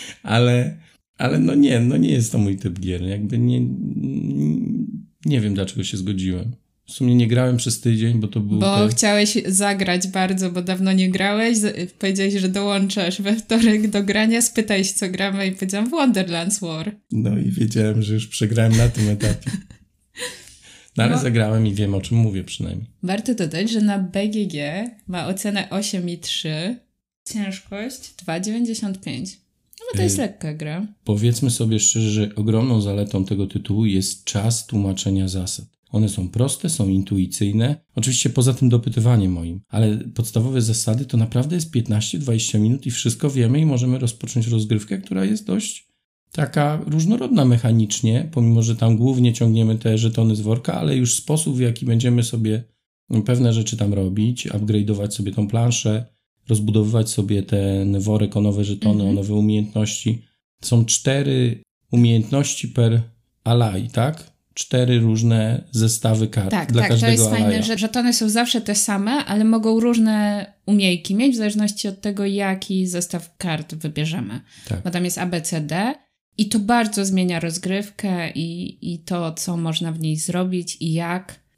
Ale nie jest to mój typ gier. Jakby nie wiem, dlaczego się zgodziłem. W sumie nie grałem przez tydzień, bo to był... Bo chciałeś zagrać bardzo, bo dawno nie grałeś. Powiedziałeś, że dołączasz we wtorek do grania. Spytałeś, co gramy i powiedziałam Wonderland's War. No i wiedziałem, że już przegrałem na tym etapie. Ale zagrałem i wiem, o czym mówię przynajmniej. Warto dodać, że na BGG ma ocenę 8,3, ciężkość 2,95. To jest lekka gra. Powiedzmy sobie szczerze, że ogromną zaletą tego tytułu jest czas tłumaczenia zasad. One są proste, są intuicyjne, oczywiście poza tym dopytywaniem moim, ale podstawowe zasady to naprawdę jest 15-20 minut i wszystko wiemy i możemy rozpocząć rozgrywkę, która jest dość taka różnorodna mechanicznie, pomimo że tam głównie ciągniemy te żetony z worka, ale już sposób, w jaki będziemy sobie pewne rzeczy tam robić, upgrade'ować sobie tą planszę, rozbudowywać sobie ten worek o nowe żetony, o nowe umiejętności. Są 4 umiejętności per ally, tak? 4 różne zestawy kart dla każdego to jest alaya. fajne, że żetony są zawsze te same, ale mogą różne umiejki mieć w zależności od tego, jaki zestaw kart wybierzemy. Tak. Bo tam jest A, B, C, D i to bardzo zmienia rozgrywkę i to, co można w niej zrobić i jak.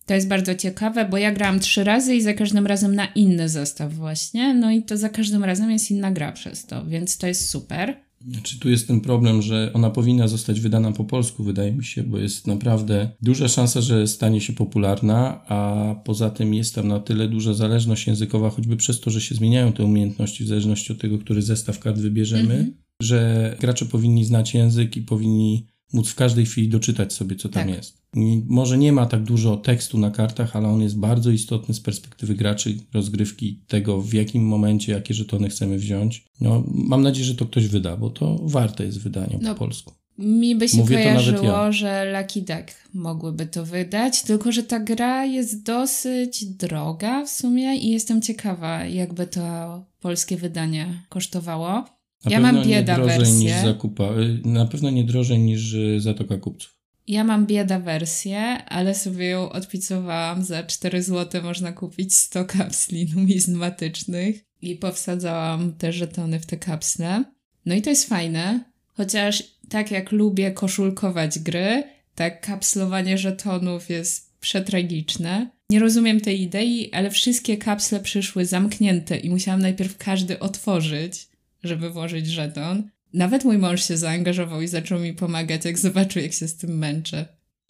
To jest bardzo ciekawe, bo ja grałam 3 razy i za każdym razem na inny zestaw właśnie, no i to za każdym razem jest inna gra przez to, więc to jest super. Znaczy tu jest ten problem, że ona powinna zostać wydana po polsku, wydaje mi się, bo jest naprawdę duża szansa, że stanie się popularna, a poza tym jest tam na tyle duża zależność językowa, choćby przez to, że się zmieniają te umiejętności w zależności od tego, który zestaw kart wybierzemy, że gracze powinni znać język i powinni móc w każdej chwili doczytać sobie, co tam jest. I może nie ma tak dużo tekstu na kartach, ale on jest bardzo istotny z perspektywy graczy, rozgrywki, tego w jakim momencie, jakie żetony chcemy wziąć. No, mam nadzieję, że to ktoś wyda, bo to warte jest wydania po polsku. Mi by się kojarzyło, że Lucky Duck mogłyby to wydać, tylko że ta gra jest dosyć droga w sumie i jestem ciekawa, jakby to polskie wydanie kosztowało. Ja mam bieda wersję. Na pewno nie drożej niż Zatoka Kupców. Ja mam bieda wersję, ale sobie ją odpicowałam. Za 4 zł można kupić 100 kapsli numizmatycznych i powsadzałam te żetony w te kapsle. No i to jest fajne, chociaż tak jak lubię koszulkować gry, tak kapslowanie żetonów jest przetragiczne. Nie rozumiem tej idei, ale wszystkie kapsle przyszły zamknięte i musiałam najpierw każdy otworzyć, żeby włożyć żeton. Nawet mój mąż się zaangażował i zaczął mi pomagać, jak zobaczył, jak się z tym męczę.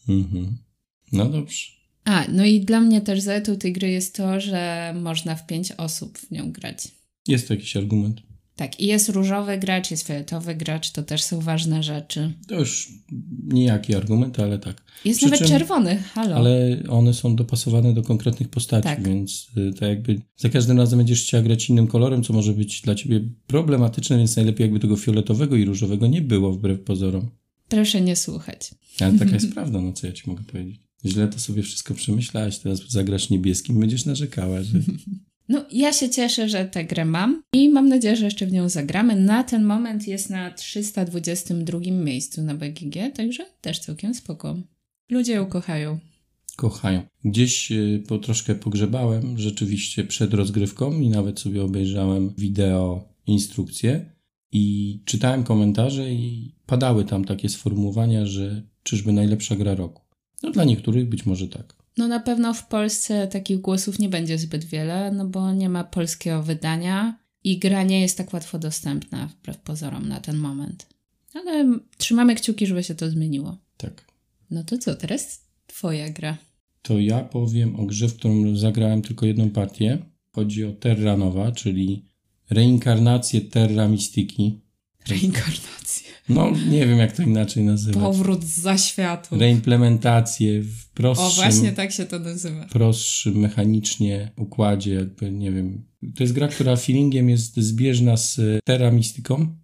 No dobrze. No i dla mnie też zaletą tej gry jest to, że można w 5 osób w nią grać. Jest to jakiś argument. Tak, i jest różowy gracz, jest fioletowy gracz, to też są ważne rzeczy. To już niejaki argument, ale tak. Jest nawet czerwony, halo. Ale one są dopasowane do konkretnych postaci, więc tak jakby za każdym razem będziesz chciała grać innym kolorem, co może być dla ciebie problematyczne, więc najlepiej jakby tego fioletowego i różowego nie było wbrew pozorom. Proszę nie słuchać. Ale taka jest prawda, no co ja ci mogę powiedzieć. Źle to sobie wszystko przemyślałaś, teraz zagrasz niebieskim, będziesz narzekała, że... No, ja się cieszę, że tę grę mam i mam nadzieję, że jeszcze w nią zagramy. Na ten moment jest na 322 miejscu na BGG, także też całkiem spoko. Ludzie ją kochają. Kochają. Gdzieś troszkę pogrzebałem rzeczywiście przed rozgrywką i nawet sobie obejrzałem wideo, instrukcje i czytałem komentarze i padały tam takie sformułowania, że czyżby najlepsza gra roku. No dla niektórych być może tak. No na pewno w Polsce takich głosów nie będzie zbyt wiele, no bo nie ma polskiego wydania i gra nie jest tak łatwo dostępna wbrew pozorom na ten moment. Ale trzymamy kciuki, żeby się to zmieniło. Tak. No to co, teraz twoja gra. To ja powiem o grze, w którą zagrałem tylko jedną partię. Chodzi o Terra Nova, czyli reinkarnację Terra Mystiki. Reinkarnację. No, nie wiem jak to inaczej nazywać. Powrót z zaświatów. Reimplementację w prostszym... O, właśnie tak się to nazywa. Prostszym mechanicznie układzie, jakby, nie wiem. To jest gra, która feelingiem jest zbieżna z Terra Mystiką,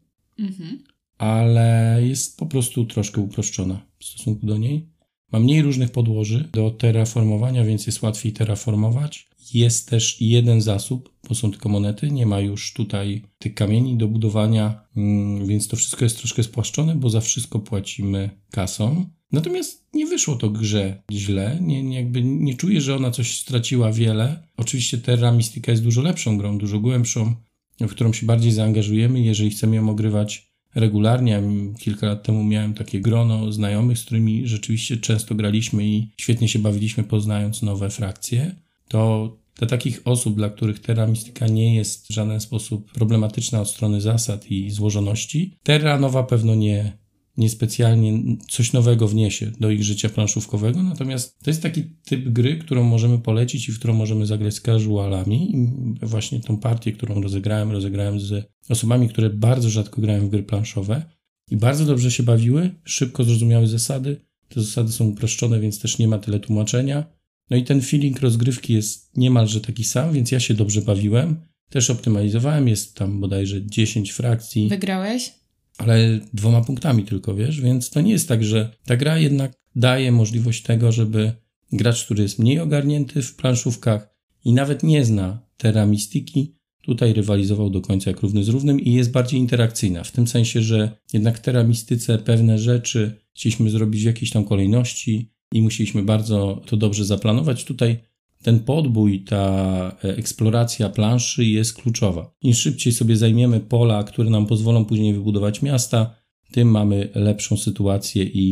ale jest po prostu troszkę uproszczona w stosunku do niej. Ma mniej różnych podłoży do terraformowania, więc jest łatwiej terraformować. Jest też jeden zasób, bo są tylko monety, nie ma już tutaj tych kamieni do budowania, więc to wszystko jest troszkę spłaszczone, bo za wszystko płacimy kasą. Natomiast nie wyszło to grze źle, nie czuję, że ona coś straciła wiele. Oczywiście Terra Mystica jest dużo lepszą grą, dużo głębszą, w którą się bardziej zaangażujemy, jeżeli chcemy ją ogrywać regularnie. Kilka lat temu miałem takie grono znajomych, z którymi rzeczywiście często graliśmy i świetnie się bawiliśmy, poznając nowe frakcje. To dla takich osób, dla których Terra Mystica nie jest w żaden sposób problematyczna od strony zasad i złożoności, Terra Nova pewno nie specjalnie coś nowego wniesie do ich życia planszówkowego, natomiast to jest taki typ gry, którą możemy polecić i w którą możemy zagrać z casualami. I właśnie tą partię, którą rozegrałem z osobami, które bardzo rzadko grają w gry planszowe i bardzo dobrze się bawiły, szybko zrozumiały zasady. Te zasady są uproszczone, więc też nie ma tyle tłumaczenia. No i ten feeling rozgrywki jest niemalże taki sam, więc ja się dobrze bawiłem. Też optymalizowałem, jest tam bodajże 10 frakcji. Wygrałeś? Ale 2 punktami tylko, wiesz, więc to nie jest tak, że ta gra jednak daje możliwość tego, żeby gracz, który jest mniej ogarnięty w planszówkach i nawet nie zna Terra Mystiki, tutaj rywalizował do końca jak równy z równym i jest bardziej interakcyjna, w tym sensie, że jednak w Terra Mystice pewne rzeczy chcieliśmy zrobić w jakiejś tam kolejności i musieliśmy bardzo to dobrze zaplanować. Tutaj ten podbój, ta eksploracja planszy jest kluczowa. Im szybciej sobie zajmiemy pola, które nam pozwolą później wybudować miasta, tym mamy lepszą sytuację i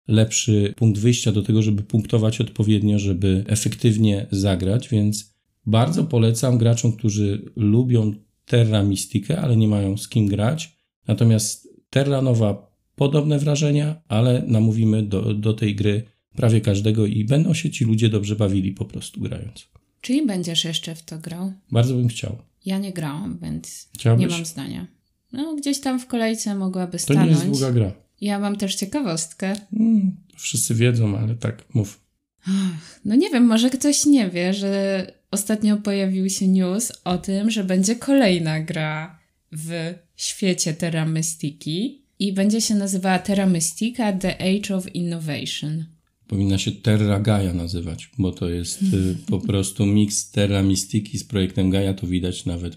lepszy punkt wyjścia do tego, żeby punktować odpowiednio, żeby efektywnie zagrać, więc bardzo polecam graczom, którzy lubią Terra Mystikę, ale nie mają z kim grać. Natomiast Terra Nova podobne wrażenia, ale namówimy do tej gry prawie każdego i będą się ci ludzie dobrze bawili po prostu grając. Czyli będziesz jeszcze w to grał? Bardzo bym chciał. Ja nie grałam, więc Chciałbyś? nie mam zdania. No, gdzieś tam w kolejce mogłaby stanąć. To nie jest długa gra. Ja mam też ciekawostkę. Wszyscy wiedzą, ale tak, mów. No nie wiem, może ktoś nie wie, że ostatnio pojawił się news o tym, że będzie kolejna gra w świecie Terra Mystiki i będzie się nazywała Terra Mystica The Age of Innovation. Powinna się Terra Gaia nazywać, bo to jest po prostu miks Terra Mystiki z projektem Gaia, to widać nawet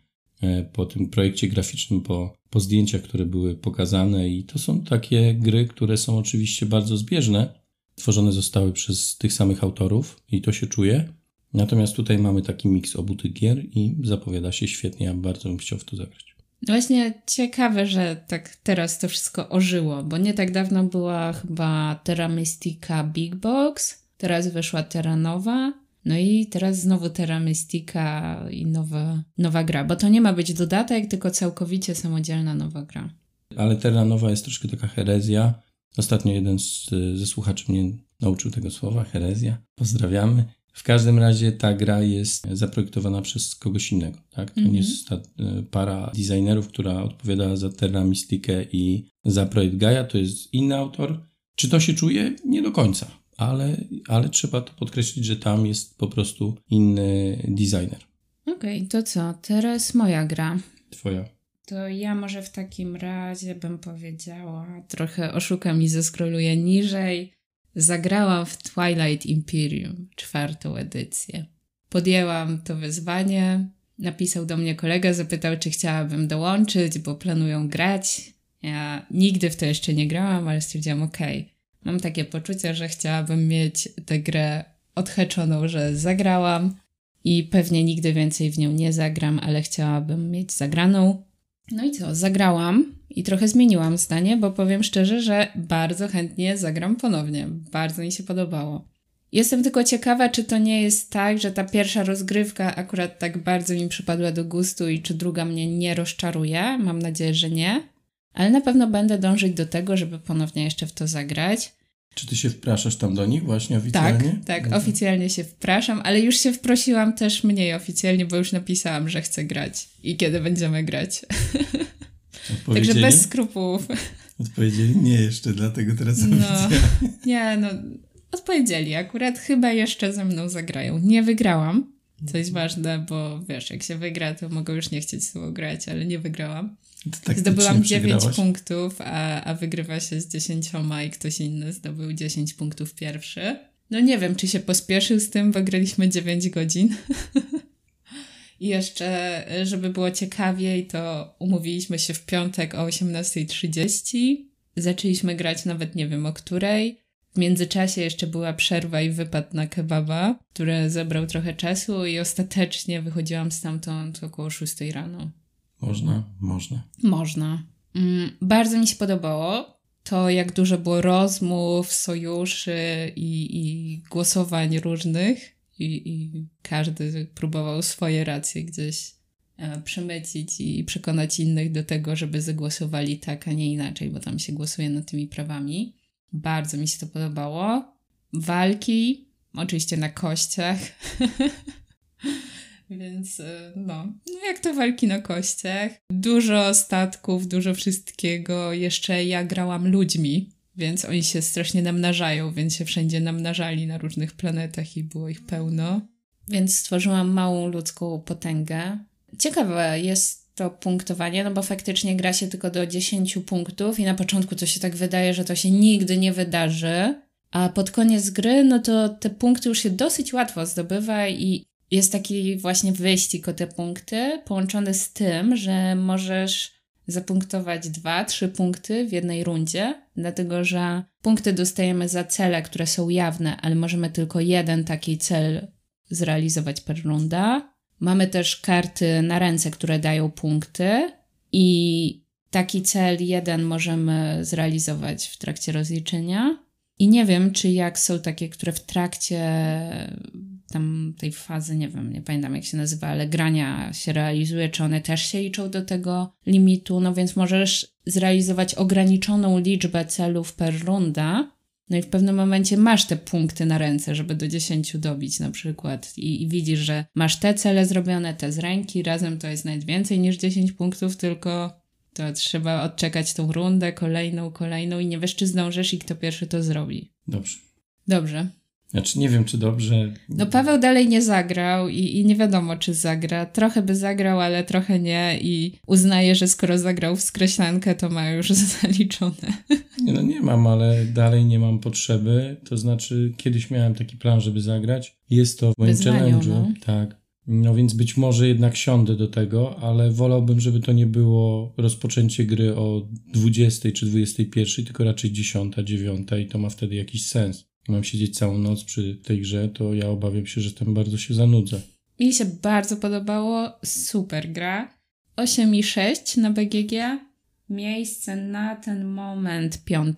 po tym projekcie graficznym, po zdjęciach, które były pokazane i to są takie gry, które są oczywiście bardzo zbieżne. Tworzone zostały przez tych samych autorów i to się czuje. Natomiast tutaj mamy taki miks obu tych gier i zapowiada się świetnie. Ja bardzo bym chciał w to zagrać. Właśnie ciekawe, że tak teraz to wszystko ożyło, bo nie tak dawno była chyba Terra Mystica Big Box, teraz wyszła Terra Nova, no i teraz znowu Terra Mystica i nowa gra, bo to nie ma być dodatek, tylko całkowicie samodzielna nowa gra. Ale Terra Nova jest troszkę taka herezja. Ostatnio jeden ze słuchaczy mnie nauczył tego słowa, herezja. Pozdrawiamy. W każdym razie ta gra jest zaprojektowana przez kogoś innego, tak? To nie jest ta para designerów, która odpowiada za Terra Mystikę i za projekt Gaia, to jest inny autor. Czy to się czuje? Nie do końca, ale trzeba to podkreślić, że tam jest po prostu inny designer. Okej, to co? Teraz moja gra. Twoja. To ja może w takim razie bym powiedziała, trochę oszukam i zeskroluję niżej. Zagrałam w Twilight Imperium, 4. edycję. Podjęłam to wyzwanie. Napisał do mnie kolega, zapytał, czy chciałabym dołączyć, bo planują grać. Ja nigdy w to jeszcze nie grałam, ale stwierdziłam, okej. Mam takie poczucie, że chciałabym mieć tę grę odhaczoną, że zagrałam i pewnie nigdy więcej w nią nie zagram, ale chciałabym mieć zagraną. No i co, zagrałam i trochę zmieniłam zdanie, bo powiem szczerze, że bardzo chętnie zagram ponownie. Bardzo mi się podobało. Jestem tylko ciekawa, czy to nie jest tak, że ta pierwsza rozgrywka akurat tak bardzo mi przypadła do gustu i czy druga mnie nie rozczaruje. Mam nadzieję, że nie. Ale na pewno będę dążyć do tego, żeby ponownie jeszcze w to zagrać. Czy ty się wpraszasz tam do nich właśnie oficjalnie? Tak, oficjalnie się wpraszam, ale już się wprosiłam też mniej oficjalnie, bo już napisałam, że chcę grać i kiedy będziemy grać. Także bez skrupułów. Odpowiedzieli nie jeszcze, dlatego teraz odpowiedzieli. Akurat chyba jeszcze ze mną zagrają. Nie wygrałam, co jest ważne, bo wiesz, jak się wygra, to mogą już nie chcieć z tobą grać, ale nie wygrałam. Zdobyłam 9 punktów, a wygrywa się z 10 i ktoś inny zdobył 10 punktów pierwszy. No nie wiem, czy się pospieszył z tym, bo graliśmy 9 godzin. I jeszcze, żeby było ciekawiej, to umówiliśmy się w piątek o 18:30. Zaczęliśmy grać nawet nie wiem o której. W międzyczasie jeszcze była przerwa i wypad na kebaba, który zabrał trochę czasu i ostatecznie wychodziłam stamtąd około 6 rano. Można. Bardzo mi się podobało to, jak dużo było rozmów, sojuszy i głosowań różnych i każdy próbował swoje racje gdzieś przemycić i przekonać innych do tego, żeby zagłosowali tak, a nie inaczej, bo tam się głosuje nad tymi prawami. Bardzo mi się to podobało. Walki, oczywiście na kościach. Więc no jak to walki na kościach. Dużo statków, dużo wszystkiego. Jeszcze ja grałam ludźmi, więc oni się strasznie namnażają, więc się wszędzie namnażali na różnych planetach i było ich pełno. Więc stworzyłam małą ludzką potęgę. Ciekawe jest to punktowanie, no bo faktycznie gra się tylko do 10 punktów i na początku to się tak wydaje, że to się nigdy nie wydarzy, a pod koniec gry, no to te punkty już się dosyć łatwo zdobywa i jest taki właśnie wyścig o te punkty, połączony z tym, że możesz zapunktować 2-3 punkty w jednej rundzie, dlatego że punkty dostajemy za cele, które są jawne, ale możemy tylko jeden taki cel zrealizować per runda. Mamy też karty na ręce, które dają punkty i taki cel jeden możemy zrealizować w trakcie rozliczenia. I nie wiem, czy jak są takie, które w trakcie tam tej fazy, nie wiem, nie pamiętam jak się nazywa, ale grania się realizuje, czy one też się liczą do tego limitu, no więc możesz zrealizować ograniczoną liczbę celów per runda, no i w pewnym momencie masz te punkty na ręce, żeby do 10 dobić na przykład i widzisz, że masz te cele zrobione, te z ręki, razem to jest nawet więcej niż 10 punktów, tylko to trzeba odczekać tą rundę, kolejną i nie wiesz, czy zdążysz i kto pierwszy to zrobi. Dobrze. Znaczy nie wiem, czy dobrze. No Paweł dalej nie zagrał i nie wiadomo, czy zagra. Trochę by zagrał, ale trochę nie i uznaje, że skoro zagrał w skreślankę, to ma już zaliczone. Nie mam, ale dalej nie mam potrzeby. To znaczy kiedyś miałem taki plan, żeby zagrać. Jest to w moim challenge'u. No. Tak. No więc być może jednak siądę do tego, ale wolałbym, żeby to nie było rozpoczęcie gry o 20 czy 21, tylko raczej 10, 9 i to ma wtedy jakiś sens. Mam siedzieć całą noc przy tej grze, to ja obawiam się, że tam bardzo się zanudzę. Mi się bardzo podobało. Super gra. 8,6 na BGG. Miejsce na ten moment 5.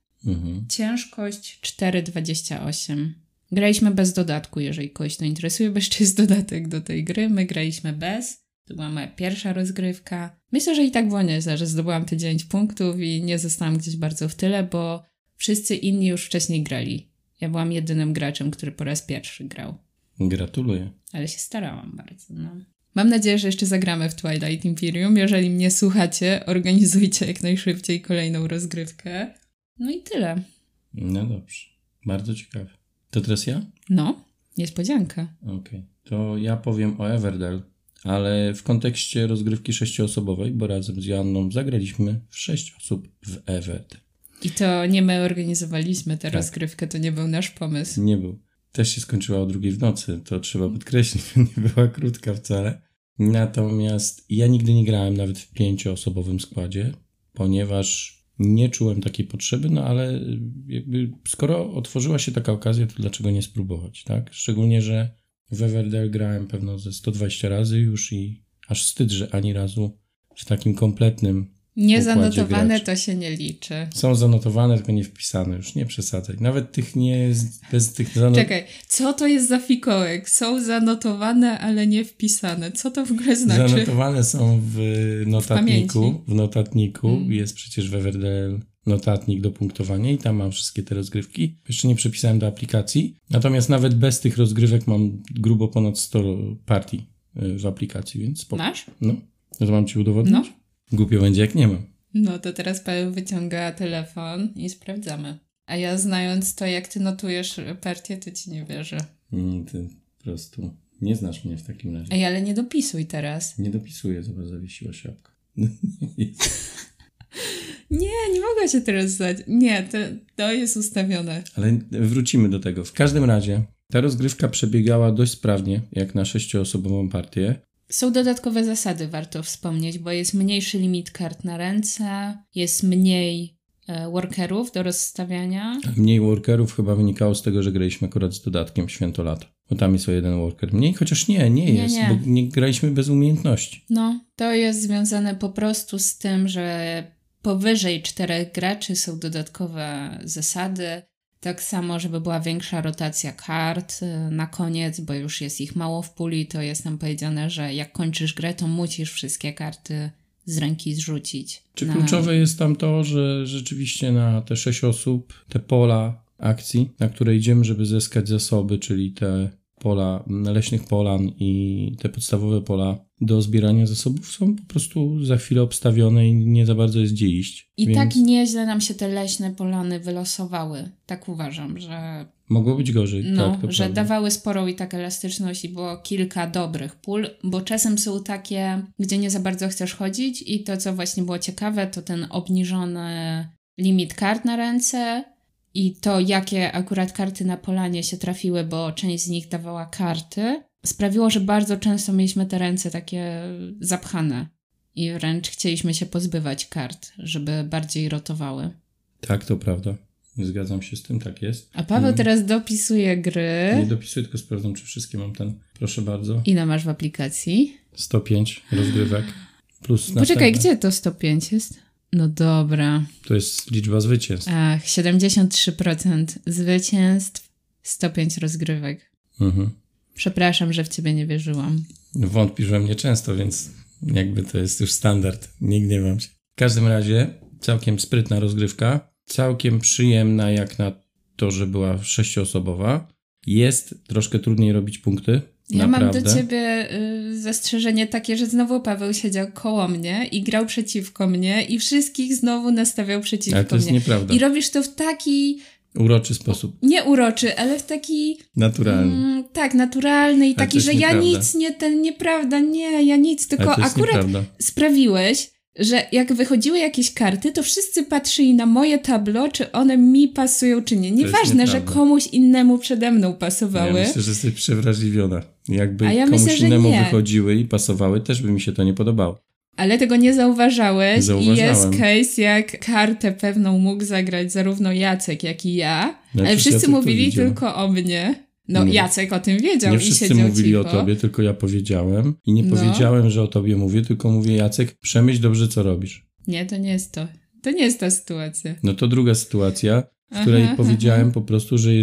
Ciężkość 4,28. Graliśmy bez dodatku, jeżeli kogoś to interesuje, bo jeszcze jest dodatek do tej gry. My graliśmy bez. To była moja pierwsza rozgrywka. Myślę, że i tak było nieźle, że zdobyłam te 9 punktów i nie zostałam gdzieś bardzo w tyle, bo wszyscy inni już wcześniej grali. Ja byłam jedynym graczem, który po raz pierwszy grał. Gratuluję. Ale się starałam bardzo, no. Mam nadzieję, że jeszcze zagramy w Twilight Imperium. Jeżeli mnie słuchacie, organizujcie jak najszybciej kolejną rozgrywkę. No i tyle. No dobrze. Bardzo ciekawe. To teraz ja? No, niespodzianka. Okej. To ja powiem o Everdell, ale w kontekście rozgrywki 6-osobowej, bo razem z Joanną zagraliśmy w 6 osób w Everdell. I to nie my organizowaliśmy tę rozgrywkę, to nie był nasz pomysł. Nie był. Też się skończyła o 2 w nocy, to trzeba podkreślić, nie była krótka wcale. Natomiast ja nigdy nie grałem nawet w 5-osobowym składzie, ponieważ nie czułem takiej potrzeby, no ale jakby skoro otworzyła się taka okazja, to dlaczego nie spróbować, tak? Szczególnie, że w Everdell grałem pewno ze 120 razy już i aż wstyd, że ani razu w takim kompletnym niezanotowane grać. To się nie liczy. Są zanotowane, tylko nie wpisane. Już nie przesadzaj. Nawet tych nie... bez tych Czekaj, co to jest za fikołek? Są zanotowane, ale nie wpisane. Co to w ogóle znaczy? Zanotowane są w notatniku. W notatniku jest przecież w Everdell notatnik do punktowania i tam mam wszystkie te rozgrywki. Jeszcze nie przepisałem do aplikacji. Natomiast nawet bez tych rozgrywek mam grubo ponad 100 partii w aplikacji, więc spoko. Masz? No. To mam ci udowodnić? No. Głupio będzie, jak nie mam. No to teraz Paweł wyciąga telefon i sprawdzamy. A ja znając to, jak ty notujesz partię, to ci nie wierzę. Ty po prostu nie znasz mnie w takim razie. Ej, ale nie dopisuj teraz. Nie dopisuję, zobacz, zawiesiła się jabłka. Nie mogę się teraz zdać. Nie, to jest ustawione. Ale wrócimy do tego. W każdym razie ta rozgrywka przebiegała dość sprawnie, jak na 6-osobową partię. Są dodatkowe zasady, warto wspomnieć, bo jest mniejszy limit kart na ręce, jest mniej workerów do rozstawiania. Mniej workerów chyba wynikało z tego, że graliśmy akurat z dodatkiem Święto Lata. Bo tam jest o 1 worker mniej, chociaż nie jest, bo nie graliśmy bez umiejętności. No, to jest związane po prostu z tym, że powyżej 4 graczy są dodatkowe zasady. Tak samo, żeby była większa rotacja kart na koniec, bo już jest ich mało w puli, to jest nam powiedziane, że jak kończysz grę, to musisz wszystkie karty z ręki zrzucić. Kluczowe jest tam to, że rzeczywiście na te 6 osób, te pola akcji, na które idziemy, żeby zyskać zasoby, czyli te pola leśnych polan i te podstawowe pola do zbierania zasobów są po prostu za chwilę obstawione i nie za bardzo jest gdzie iść. I tak nieźle nam się te leśne polany wylosowały. Tak uważam, że... Mogło być gorzej, no, tak, to że prawda. dawały sporą i tak elastyczność i było kilka dobrych pól, bo czasem są takie, gdzie nie za bardzo chcesz chodzić i to, co właśnie było ciekawe, to ten obniżony limit kart na ręce i to, jakie akurat karty na polanie się trafiły, bo część z nich dawała karty, sprawiło, że bardzo często mieliśmy te ręce takie zapchane i wręcz chcieliśmy się pozbywać kart, żeby bardziej rotowały. Tak, to prawda. Zgadzam się z tym, tak jest. A Paweł teraz dopisuje gry. Nie dopisuję, tylko sprawdzam, czy wszystkie mam ten. Proszę bardzo. Ile masz w aplikacji? 105 rozgrywek. Plus Poczekaj, następne. gdzie to 105 jest? No dobra. To jest liczba zwycięstw. Ach, 73% zwycięstw, 105 rozgrywek. Przepraszam, że w ciebie nie wierzyłam. Wątpisz we mnie często, więc jakby to jest już standard. Nie gniewam się. W każdym razie całkiem sprytna rozgrywka. Całkiem przyjemna jak na to, że była 6-osobowa. Jest troszkę trudniej robić punkty. Ja naprawdę. mam do ciebie zastrzeżenie takie, że znowu Paweł siedział koło mnie i grał przeciwko mnie i wszystkich znowu nastawiał przeciwko mnie. Ale to jest nieprawda. I robisz to w taki... Uroczy sposób. Nie uroczy, ale w taki... Naturalny. Tak, naturalny i taki, że nieprawda. ja nic nieprawda, nie, ja nic, tylko ale to jest akurat nieprawda. Sprawiłeś, że jak wychodziły jakieś karty, to wszyscy patrzyli na moje tablo, czy one mi pasują, czy nie. Nieważne, że komuś innemu przede mną pasowały. Ja myślę, że jesteś przewrażliwiona. Jakby ja komuś myślę, innemu nie. wychodziły i pasowały, też by mi się to nie podobało. Ale tego nie zauważałeś Zauważałem. i jest case, jak kartę pewną mógł zagrać zarówno Jacek, jak i ja, No, ale wszyscy Jacek mówili tylko o mnie. No, Jacek o tym wiedział nie i wszyscy siedział mówili cicho. o tobie, tylko ja powiedziałem. I nie powiedziałem, że o tobie mówię, tylko mówię, Jacek, przemyśl dobrze, co robisz. Nie, to nie jest to. To nie jest ta sytuacja. No to druga sytuacja, w której powiedziałem po prostu, że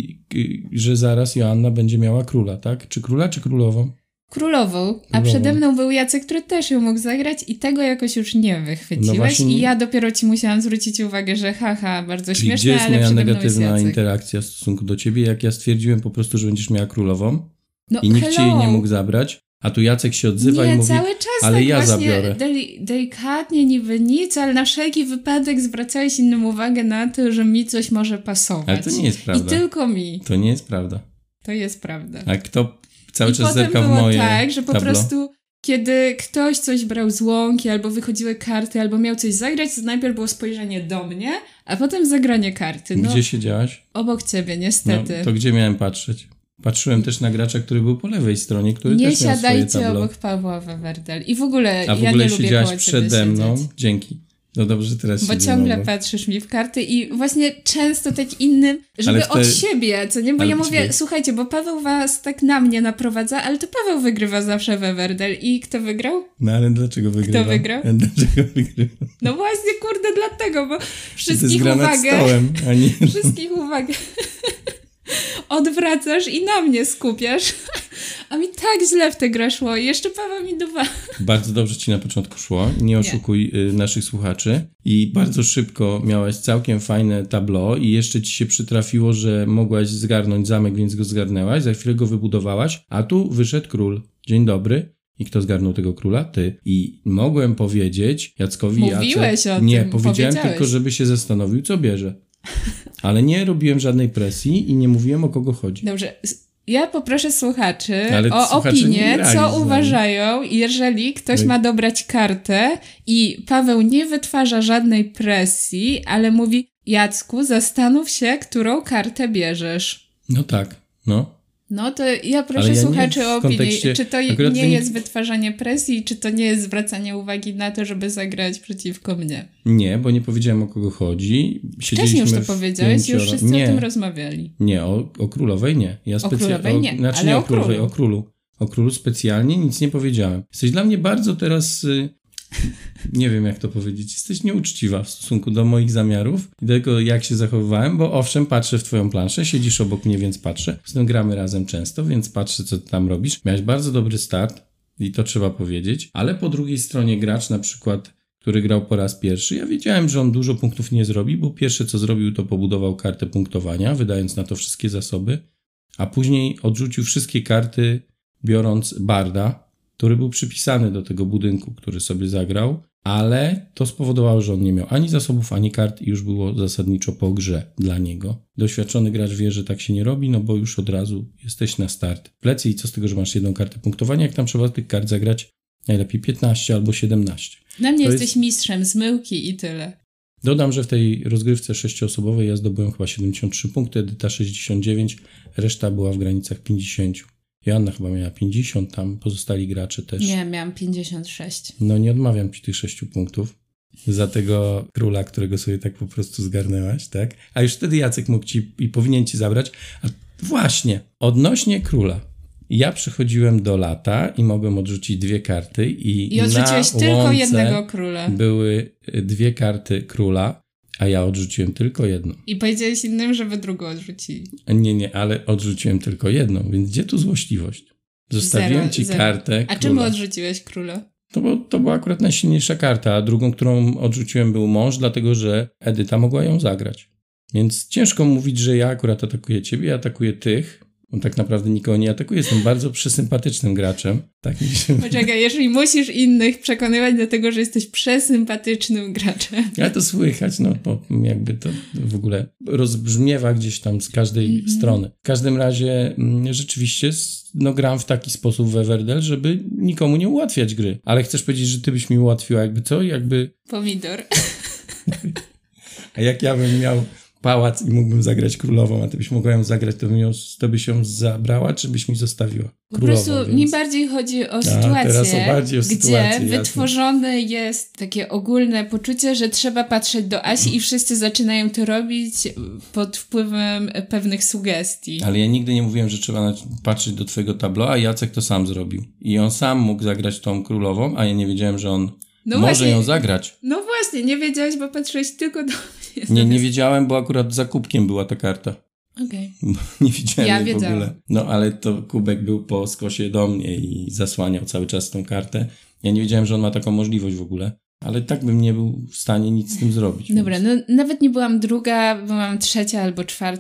że zaraz Joanna będzie miała króla, tak? Czy króla, czy królową? Królową, a przede mną był Jacek, który też ją mógł zagrać i tego jakoś już nie wychwyciłeś. No właśnie... I ja dopiero ci musiałam zwrócić uwagę, że bardzo Czyli śmieszne, gdzie jest ale moja przede mną negatywna jest Jacek. interakcja w stosunku do ciebie, jak ja stwierdziłem po prostu, że będziesz miała królową no, i nikt ci jej nie mógł zabrać, a tu Jacek się odzywa i mówi, cały czas ale tak ja właśnie zabiorę. Delikatnie, niby nic, ale na wszelki wypadek zwracałeś innym uwagę na to, że mi coś może pasować. Ale to nie jest prawda. I tylko mi. To nie jest prawda. To jest prawda. A kto cały czas potem zerka w było moje tak, że po tablo? prostu kiedy ktoś coś brał z łąki, albo wychodziły karty, albo miał coś zagrać, to najpierw było spojrzenie do mnie, a potem zagranie karty. No, Gdzie siedziałaś? obok ciebie, niestety. No, to gdzie miałem patrzeć? Patrzyłem też na gracza, który był po lewej stronie, który nie też miał swoje siadajcie tablo. obok Pawła Wewerdel. I w ogóle A w ja ogóle nie lubię siedziałaś koło ciebie przede mną. siedzieć. Dzięki. No dobrze, teraz Bo siedzimy ciągle obok. patrzysz mi w karty i właśnie często tak innym, żeby od siebie, co nie? Bo ale ja mówię, ciebie... słuchajcie, bo Paweł was tak na mnie naprowadza, ale to Paweł wygrywa zawsze Wewerdel. I kto wygrał? No ale dlaczego wygrywa? Kto wygrał? Dlaczego wygrywa? No właśnie, kurde, dlatego, bo To wszystkich jest gra nad uwagę... stołem, a nie... Wszystkich uwagę odwracasz i na mnie skupiasz. A mi tak źle w tę grę szło i jeszcze Paweł mi duwa. Bardzo dobrze ci na początku szło, nie oszukuj naszych słuchaczy i bardzo szybko miałaś całkiem fajne tableau i jeszcze ci się przytrafiło, że mogłaś zgarnąć zamek, więc go zgarnęłaś, za chwilę go wybudowałaś, a tu wyszedł król. Dzień dobry. I kto zgarnął tego króla? Ty. I mogłem powiedzieć Jackowi... Mówiłeś o tym. Nie, powiedziałem tylko, żeby się zastanowił, co bierze. Ale nie robiłem żadnej presji i nie mówiłem, o kogo chodzi. Dobrze. Ja poproszę słuchaczy ale o słuchacze opinię, co uważają, jeżeli ktoś ma dobrać kartę i Paweł nie wytwarza żadnej presji, ale mówi: Jacku, zastanów się, którą kartę bierzesz. No tak, no. No to ja proszę słuchaczy o opinię. Czy to nie jest wytwarzanie presji, czy to nie jest zwracanie uwagi na to, żeby zagrać przeciwko mnie? Nie, bo nie powiedziałem, o kogo chodzi. Wcześniej już to powiedziałeś, już wszyscy o tym rozmawiali. Nie, o królowej nie. O królowej nie, znaczy ale nie o królowej, o królu. O królu specjalnie nic nie powiedziałem. Jesteś dla mnie bardzo teraz... nie wiem, jak to powiedzieć. Jesteś nieuczciwa w stosunku do moich zamiarów i do tego, jak się zachowywałem, bo owszem, patrzę w twoją planszę, siedzisz obok mnie, więc patrzę. Zresztą gramy razem często, więc patrzę, co ty tam robisz. Miałeś bardzo dobry start i to trzeba powiedzieć, ale po drugiej stronie gracz, na przykład, który grał po raz pierwszy, ja wiedziałem, że on dużo punktów nie zrobi, bo pierwsze, co zrobił, to pobudował kartę punktowania, wydając na to wszystkie zasoby, a później odrzucił wszystkie karty, biorąc barda, który był przypisany do tego budynku, który sobie zagrał, ale to spowodowało, że on nie miał ani zasobów, ani kart i już było zasadniczo po grze dla niego. Doświadczony gracz wie, że tak się nie robi, no bo już od razu jesteś na start w plecy i co z tego, że masz jedną kartę punktowania, jak tam trzeba tych kart zagrać najlepiej 15 albo 17. Dla mnie jesteś mistrzem zmyłki i tyle. Dodam, że w tej rozgrywce 6-osobowej ja zdobyłem chyba 73 punkty, Edyta 69, reszta była w granicach 50. Joanna chyba miała 50, tam pozostali gracze też. Nie, miałam 56. No nie odmawiam ci tych 6 punktów za tego króla, którego sobie tak po prostu zgarnęłaś, tak? A już wtedy Jacek mógł ci i powinien ci zabrać. A właśnie, odnośnie króla. Ja przychodziłem do lata i mogłem odrzucić 2 karty i odrzuciłeś na tylko łące jednego króla. były 2 karty króla, a ja odrzuciłem tylko jedną. I powiedziałeś innym, żeby drugą odrzucili. Nie, ale odrzuciłem tylko jedną, więc gdzie tu złośliwość? Zostawiłem ci kartę A króla. czemu odrzuciłeś króla? To była akurat najsilniejsza karta, a drugą, którą odrzuciłem, był mąż, dlatego że Edyta mogła ją zagrać. Więc ciężko mówić, że ja akurat atakuję ciebie, ja atakuję tych. On tak naprawdę nikogo nie atakuje, jestem bardzo przesympatycznym graczem. Tak mi się... Poczekaj, jeżeli musisz innych przekonywać do tego, że jesteś przesympatycznym graczem. Ale to słychać, no bo jakby to w ogóle rozbrzmiewa gdzieś tam z każdej strony. W każdym razie rzeczywiście gram w taki sposób w Everdell, żeby nikomu nie ułatwiać gry. Ale chcesz powiedzieć, że ty byś mi ułatwiła jakby co? Pomidor. A jak ja bym miał pałac i mógłbym zagrać królową, a ty byś mogła ją zagrać, to byś ją zabrała, czy byś mi zostawiła królową? Po prostu mi bardziej chodzi o sytuację, gdzie wytworzone jest takie ogólne poczucie, że trzeba patrzeć do Asi i wszyscy zaczynają to robić pod wpływem pewnych sugestii. Ale ja nigdy nie mówiłem, że trzeba patrzeć do twojego tableau, a Jacek to sam zrobił. I on sam mógł zagrać tą królową, a ja nie wiedziałem, że on może ją zagrać. No właśnie, nie wiedziałeś, bo patrzyłeś tylko do mnie. Nie wiedziałem, bo akurat za kubkiem była ta karta. Okej. Nie widziałem jej w ogóle. No ale to kubek był po skosie do mnie i zasłaniał cały czas tą kartę. Ja nie wiedziałem, że on ma taką możliwość w ogóle. Ale tak bym nie był w stanie nic z tym zrobić. Dobra, no nawet nie byłam druga, byłam 3. albo 4.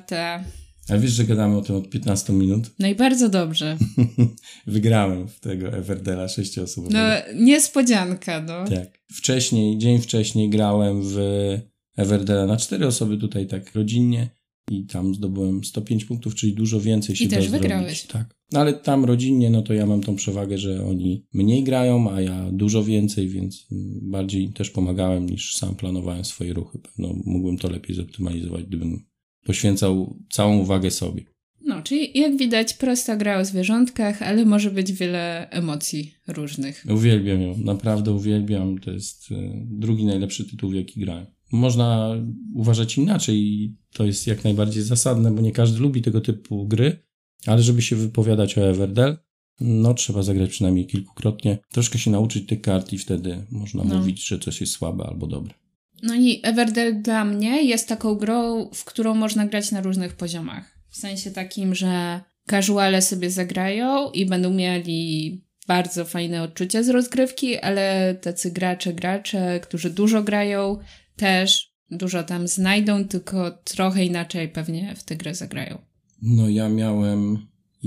A wiesz, że gadamy o tym od 15 minut? No i bardzo dobrze. Wygrałem w tego Everdella 6-osobowego. No, niespodzianka, no. Tak. Dzień wcześniej grałem w Everdella na 4 osoby tutaj tak rodzinnie i tam zdobyłem 105 punktów, czyli dużo więcej się da zrobić. I też wygrałeś. Tak. No ale tam rodzinnie, no to ja mam tą przewagę, że oni mniej grają, a ja dużo więcej, więc bardziej też pomagałem niż sam planowałem swoje ruchy. Pewno mógłbym to lepiej zoptymalizować, gdybym poświęcał całą uwagę sobie. No, czyli jak widać prosta gra o zwierzątkach, ale może być wiele emocji różnych. Uwielbiam ją, naprawdę uwielbiam. To jest drugi najlepszy tytuł, w jaki grałem. Można uważać inaczej i to jest jak najbardziej zasadne, bo nie każdy lubi tego typu gry, ale żeby się wypowiadać o Everdell, no trzeba zagrać przynajmniej kilkukrotnie, troszkę się nauczyć tych kart i wtedy można mówić, że coś jest słabe albo dobre. No i Everdell dla mnie jest taką grą, w którą można grać na różnych poziomach. W sensie takim, że casuale sobie zagrają i będą mieli bardzo fajne odczucia z rozgrywki, ale tacy gracze, którzy dużo grają, też dużo tam znajdą, tylko trochę inaczej pewnie w tę grę zagrają. No ja miałem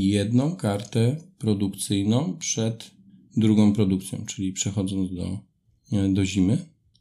1 kartę produkcyjną przed drugą produkcją, czyli przechodząc do zimy.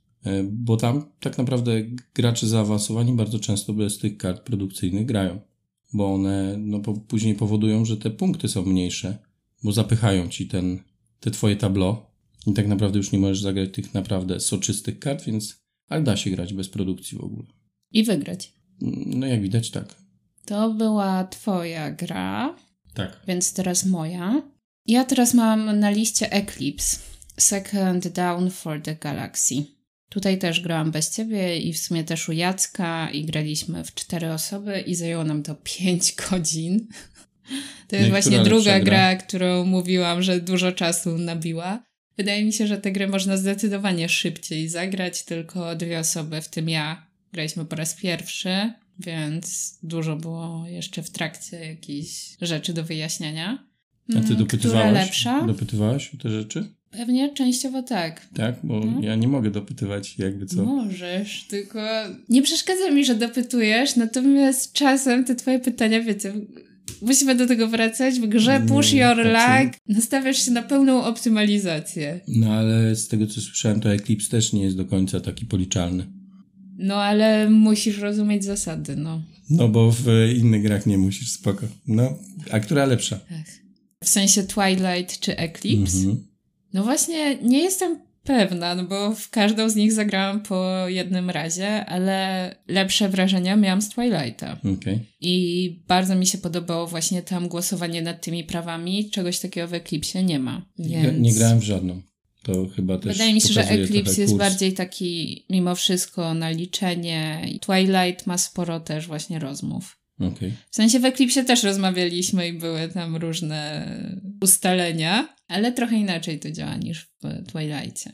Bo tam tak naprawdę gracze zaawansowani bardzo często bez tych kart produkcyjnych grają, bo one później powodują, że te punkty są mniejsze, bo zapychają ci te twoje tableau i tak naprawdę już nie możesz zagrać tych naprawdę soczystych kart, ale da się grać bez produkcji w ogóle. I wygrać. No jak widać tak. To była twoja gra. Tak. Więc teraz moja. Ja teraz mam na liście Eclipse. Second Dawn for the Galaxy. Tutaj też grałam bez ciebie i w sumie też u Jacka i graliśmy w 4 osoby i zajęło nam to 5 godzin. To jest właśnie druga gra, którą mówiłam, że dużo czasu nabiła. Wydaje mi się, że tę grę można zdecydowanie szybciej zagrać, tylko 2 osoby, w tym ja, graliśmy po raz pierwszy, więc dużo było jeszcze w trakcie jakichś rzeczy do wyjaśniania. A ty dopytywałaś o te rzeczy? Pewnie częściowo tak. Tak? Bo ja nie mogę dopytywać jakby co. Możesz, tylko nie przeszkadza mi, że dopytujesz, natomiast czasem te twoje pytania, wiecie, musimy do tego wracać. W grze Push Your Luck nastawiasz się na pełną optymalizację. No ale z tego co słyszałem, to Eclipse też nie jest do końca taki policzalny. No ale musisz rozumieć zasady, no. No bo w innych grach nie musisz, spoko. No, a która lepsza? Tak. W sensie Twilight czy Eclipse? No właśnie, nie jestem pewna, no bo w każdą z nich zagrałam po jednym razie, ale lepsze wrażenia miałam z Twilighta. Okay. I bardzo mi się podobało właśnie tam głosowanie nad tymi prawami. Czegoś takiego w Eclipsie nie ma. Więc... Nie grałem w żadną. To chyba też wydaje mi się, że Eclipse jest bardziej taki mimo wszystko na liczenie. I Twilight ma sporo też właśnie rozmów. Okej. W sensie w Eclipsie też rozmawialiśmy i były tam różne ustalenia, ale trochę inaczej to działa niż w Twilightie.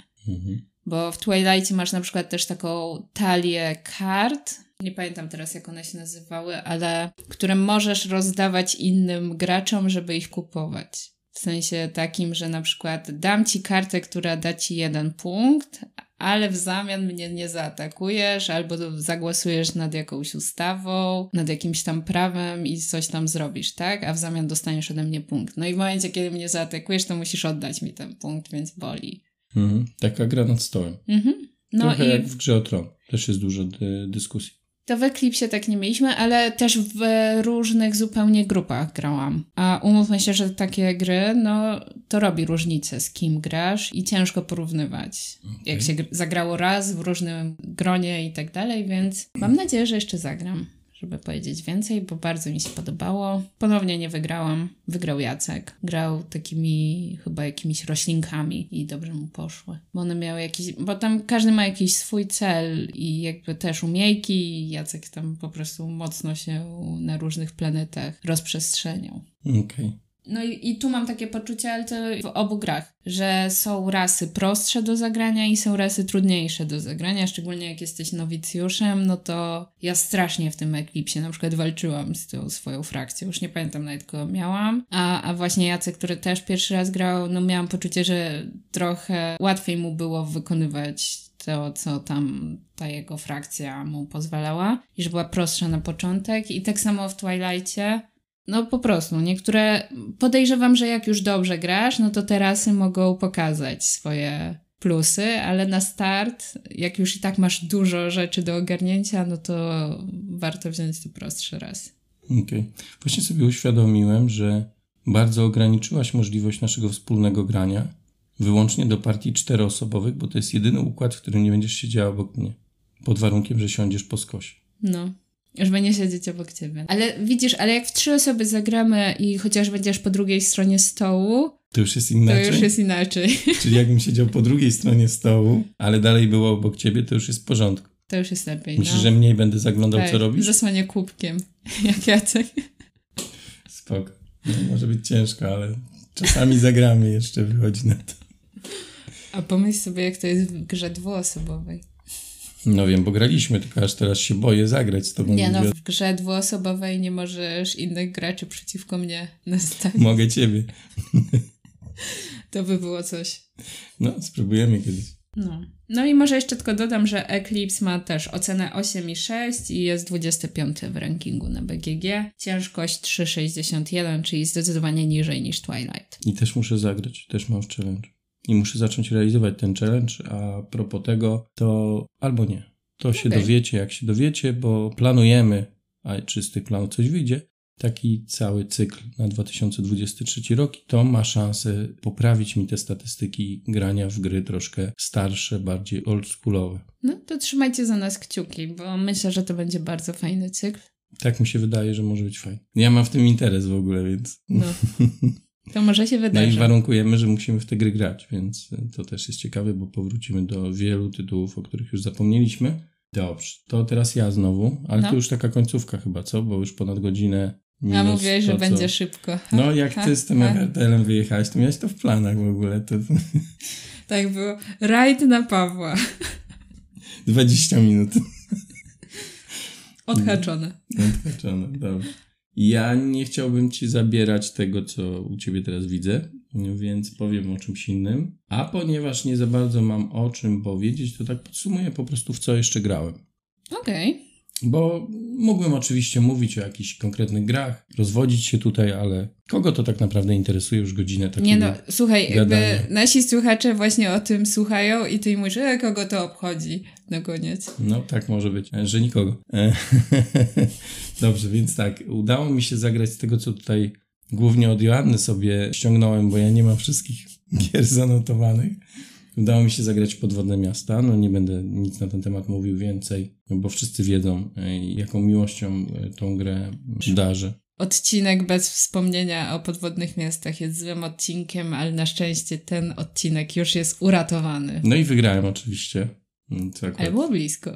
Bo w Twilightie masz na przykład też taką talię kart, nie pamiętam teraz jak one się nazywały, ale które możesz rozdawać innym graczom, żeby ich kupować. W sensie takim, że na przykład dam ci kartę, która da ci 1 punkt, ale w zamian mnie nie zaatakujesz, albo zagłosujesz nad jakąś ustawą, nad jakimś tam prawem i coś tam zrobisz, tak? A w zamian dostaniesz ode mnie punkt. No i w momencie, kiedy mnie zaatakujesz, to musisz oddać mi ten punkt, więc boli. Taka gra nad stołem. No trochę i jak w Grze o Tron. Też jest dużo dyskusji. to w Eclipsie tak nie mieliśmy, ale też w różnych zupełnie grupach grałam. A umówmy się, że takie gry, no to robi różnicę, z kim grasz i ciężko porównywać. Jak się zagrało raz w różnym gronie i tak dalej, więc mam nadzieję, że jeszcze zagram, żeby powiedzieć więcej, bo bardzo mi się podobało. Ponownie nie wygrałam. Wygrał Jacek. Grał takimi chyba jakimiś roślinkami i dobrze mu poszły. Bo one miały jakiś... Bo tam każdy ma jakiś swój cel i jakby też umiejki i Jacek tam po prostu mocno się na różnych planetach rozprzestrzeniał. Okej. No i tu mam takie poczucie, ale to w obu grach, że są rasy prostsze do zagrania i są rasy trudniejsze do zagrania, szczególnie jak jesteś nowicjuszem, no to ja strasznie w tym Eclipsie na przykład walczyłam z tą swoją frakcją, już nie pamiętam nawet kogo miałam, a właśnie Jacek, który też pierwszy raz grał, no miałam poczucie, że trochę łatwiej mu było wykonywać to, co tam ta jego frakcja mu pozwalała i że była prostsza na początek i tak samo w Twilightie. No po prostu, niektóre podejrzewam, że jak już dobrze grasz, no to te rasy mogą pokazać swoje plusy, ale na start, jak już i tak masz dużo rzeczy do ogarnięcia, no to warto wziąć te prostsze rasy. Okej. Właśnie sobie uświadomiłem, że bardzo ograniczyłaś możliwość naszego wspólnego grania wyłącznie do partii 4-osobowych, bo to jest jedyny układ, w którym nie będziesz siedziała obok mnie. Pod warunkiem, że siądziesz po skosie. No. Już będzie siedzieć obok ciebie. Ale widzisz, ale jak w 3 osoby zagramy i chociaż będziesz po drugiej stronie stołu, to już jest inaczej? To już jest inaczej. Czyli jakbym siedział po drugiej stronie stołu, ale dalej było obok ciebie, to już jest w porządku. To już jest lepiej, Myślisz, że mniej będę zaglądał, tak, co robisz? Zasłanię kubkiem, jak Jacek. Spoko. No, może być ciężko, ale czasami zagramy jeszcze, wychodzi na to. A pomyśl sobie, jak to jest w grze 2-osobowej. No wiem, bo graliśmy, tylko aż teraz się boję zagrać z tobą. Nie no, w grze 2-osobowej nie możesz innych graczy przeciwko mnie nastawić. Mogę ciebie. To by było coś. No, spróbujemy kiedyś. No i może jeszcze tylko dodam, że Eclipse ma też ocenę 8,6 i jest 25 w rankingu na BGG. Ciężkość 3,61, czyli zdecydowanie niżej niż Twilight. I też muszę zagrać, też mam w challenge. I muszę zacząć realizować ten challenge, a propos tego, to albo nie. To się dowiecie, jak się dowiecie, bo planujemy, a czy z tych planów coś wyjdzie, taki cały cykl na 2023 rok i to ma szansę poprawić mi te statystyki grania w gry troszkę starsze, bardziej oldschoolowe. No to trzymajcie za nas kciuki, bo myślę, że to będzie bardzo fajny cykl. Tak mi się wydaje, że może być fajny. Ja mam w tym interes w ogóle, więc... No. To może się wydarzy. No i warunkujemy, że musimy w te gry grać, więc to też jest ciekawe, bo powrócimy do wielu tytułów, o których już zapomnieliśmy. Dobrze, to teraz ja znowu, ale to już taka końcówka chyba, co? Bo już ponad godzinę minus. A mówiłeś, że będzie szybko. No jak ty z tym Evertelem wyjechałeś, to miałeś to w planach w ogóle. To... Tak było. Rajd na Pawła. 20 minut. Odhaczone. Odhaczone, dobrze. Ja nie chciałbym ci zabierać tego, co u ciebie teraz widzę, więc powiem o czymś innym. A ponieważ nie za bardzo mam o czym powiedzieć, to tak podsumuję po prostu, w co jeszcze grałem. Okej. Bo mógłbym oczywiście mówić o jakichś konkretnych grach, rozwodzić się tutaj, ale kogo to tak naprawdę interesuje już godzinę takiego Nie no, słuchaj, gadania. jakby nasi słuchacze właśnie o tym słuchają i ty im mówisz, kogo to obchodzi na koniec. No tak może być, że nikogo. Dobrze, więc tak, udało mi się zagrać z tego, co tutaj głównie od Joanny sobie ściągnąłem, bo ja nie mam wszystkich gier zanotowanych. Udało mi się zagrać w Podwodne Miasta. No nie będę nic na ten temat mówił więcej, bo wszyscy wiedzą, jaką miłością tą grę darzę. Odcinek bez wspomnienia o Podwodnych Miastach jest złym odcinkiem, ale na szczęście ten odcinek już jest uratowany. No i wygrałem oczywiście. Ale było blisko.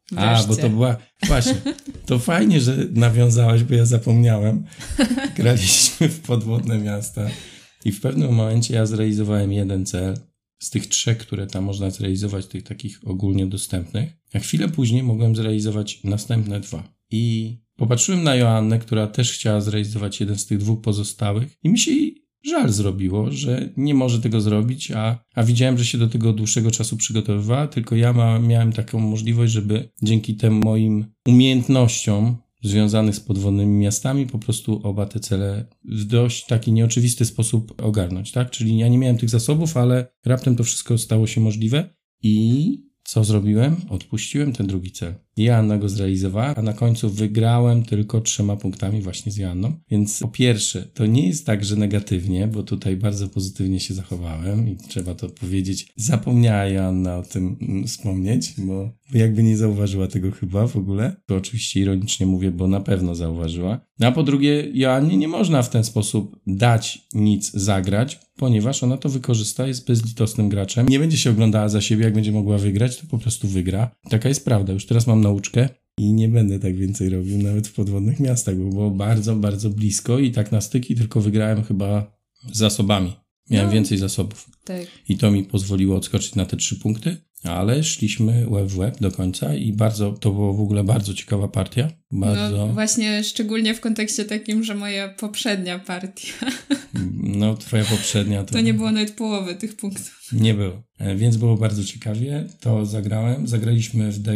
Wreszcie. Bo to była... Właśnie, to fajnie, że nawiązałaś, bo ja zapomniałem. Graliśmy w podwodne miasta i w pewnym momencie ja zrealizowałem jeden cel z tych 3, które tam można zrealizować, tych takich ogólnie dostępnych. A chwilę później mogłem zrealizować następne 2. I popatrzyłem na Joannę, która też chciała zrealizować jeden z tych 2 pozostałych i mi się żal zrobiło, że nie może tego zrobić, a widziałem, że się do tego dłuższego czasu przygotowywała, tylko ja miałem taką możliwość, żeby dzięki tym moim umiejętnościom związanych z podwodnymi miastami po prostu oba te cele w dość taki nieoczywisty sposób ogarnąć, tak? Czyli ja nie miałem tych zasobów, ale raptem to wszystko stało się możliwe i co zrobiłem? Odpuściłem ten drugi cel. Joanna go zrealizowała, a na końcu wygrałem tylko 3 punktami właśnie z Joanną. Więc po pierwsze, to nie jest tak, że negatywnie, bo tutaj bardzo pozytywnie się zachowałem i trzeba to powiedzieć. Zapomniała Joanna o tym wspomnieć, bo jakby nie zauważyła tego chyba w ogóle. To oczywiście ironicznie mówię, bo na pewno zauważyła. A po drugie, Joannie nie można w ten sposób dać nic zagrać, ponieważ ona to wykorzysta, jest bezlitosnym graczem. Nie będzie się oglądała za siebie, jak będzie mogła wygrać, to po prostu wygra. Taka jest prawda. Już teraz mam nauczkę i nie będę tak więcej robił nawet w podwodnych miastach, bo było bardzo, bardzo blisko i tak na styki tylko wygrałem chyba zasobami. Miałem więcej zasobów. Tak. I to mi pozwoliło odskoczyć na te 3 punkty, ale szliśmy łeb w łeb do końca i to było w ogóle bardzo ciekawa partia. No właśnie, szczególnie w kontekście takim, że moja poprzednia partia. No, twoja poprzednia to... To nie było nawet połowy tych punktów. Nie było, więc było bardzo ciekawie. To zagraliśmy w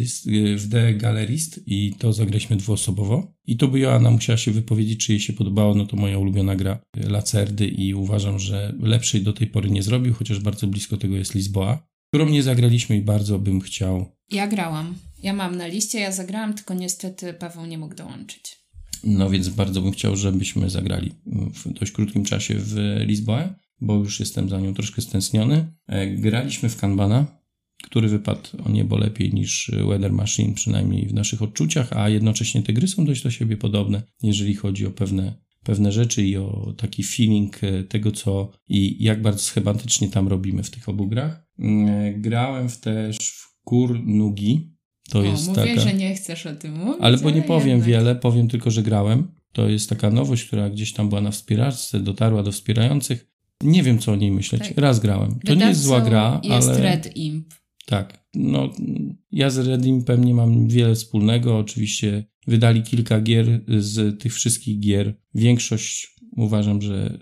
The Gallerist i to zagraliśmy 2-osobowo. I tu by Joanna musiała się wypowiedzieć, czy jej się podobało, no to moja ulubiona gra Lacerdy i uważam, że lepszej do tej pory nie zrobił, chociaż bardzo blisko tego jest Lisboa, którą nie zagraliśmy i bardzo bym chciał. Ja grałam. Ja mam na liście, ja zagrałam, tylko niestety Paweł nie mógł dołączyć. No więc bardzo bym chciał, żebyśmy zagrali w dość krótkim czasie w Lisboę, bo już jestem za nią troszkę stęskniony. Graliśmy w Kanbana, który wypadł o niebo lepiej niż Weather Machine, przynajmniej w naszych odczuciach, a jednocześnie te gry są dość do siebie podobne, jeżeli chodzi o pewne rzeczy i o taki feeling tego, co i jak bardzo schematycznie tam robimy w tych obu grach. Grałem też w Kurnugi. To jest mówię, taka... że nie chcesz o tym mówić. Ale bo nie powiem wiele, powiem tylko, że grałem. To jest taka nowość, która gdzieś tam była na wspieraczce, dotarła do wspierających. Nie wiem, co o niej myśleć. Tak. Raz grałem. To nie jest zła gra, jest ale... Red Imp. Tak. No, ja z Red Impem nie mam wiele wspólnego. Oczywiście wydali kilka gier z tych wszystkich gier. Większość uważam, że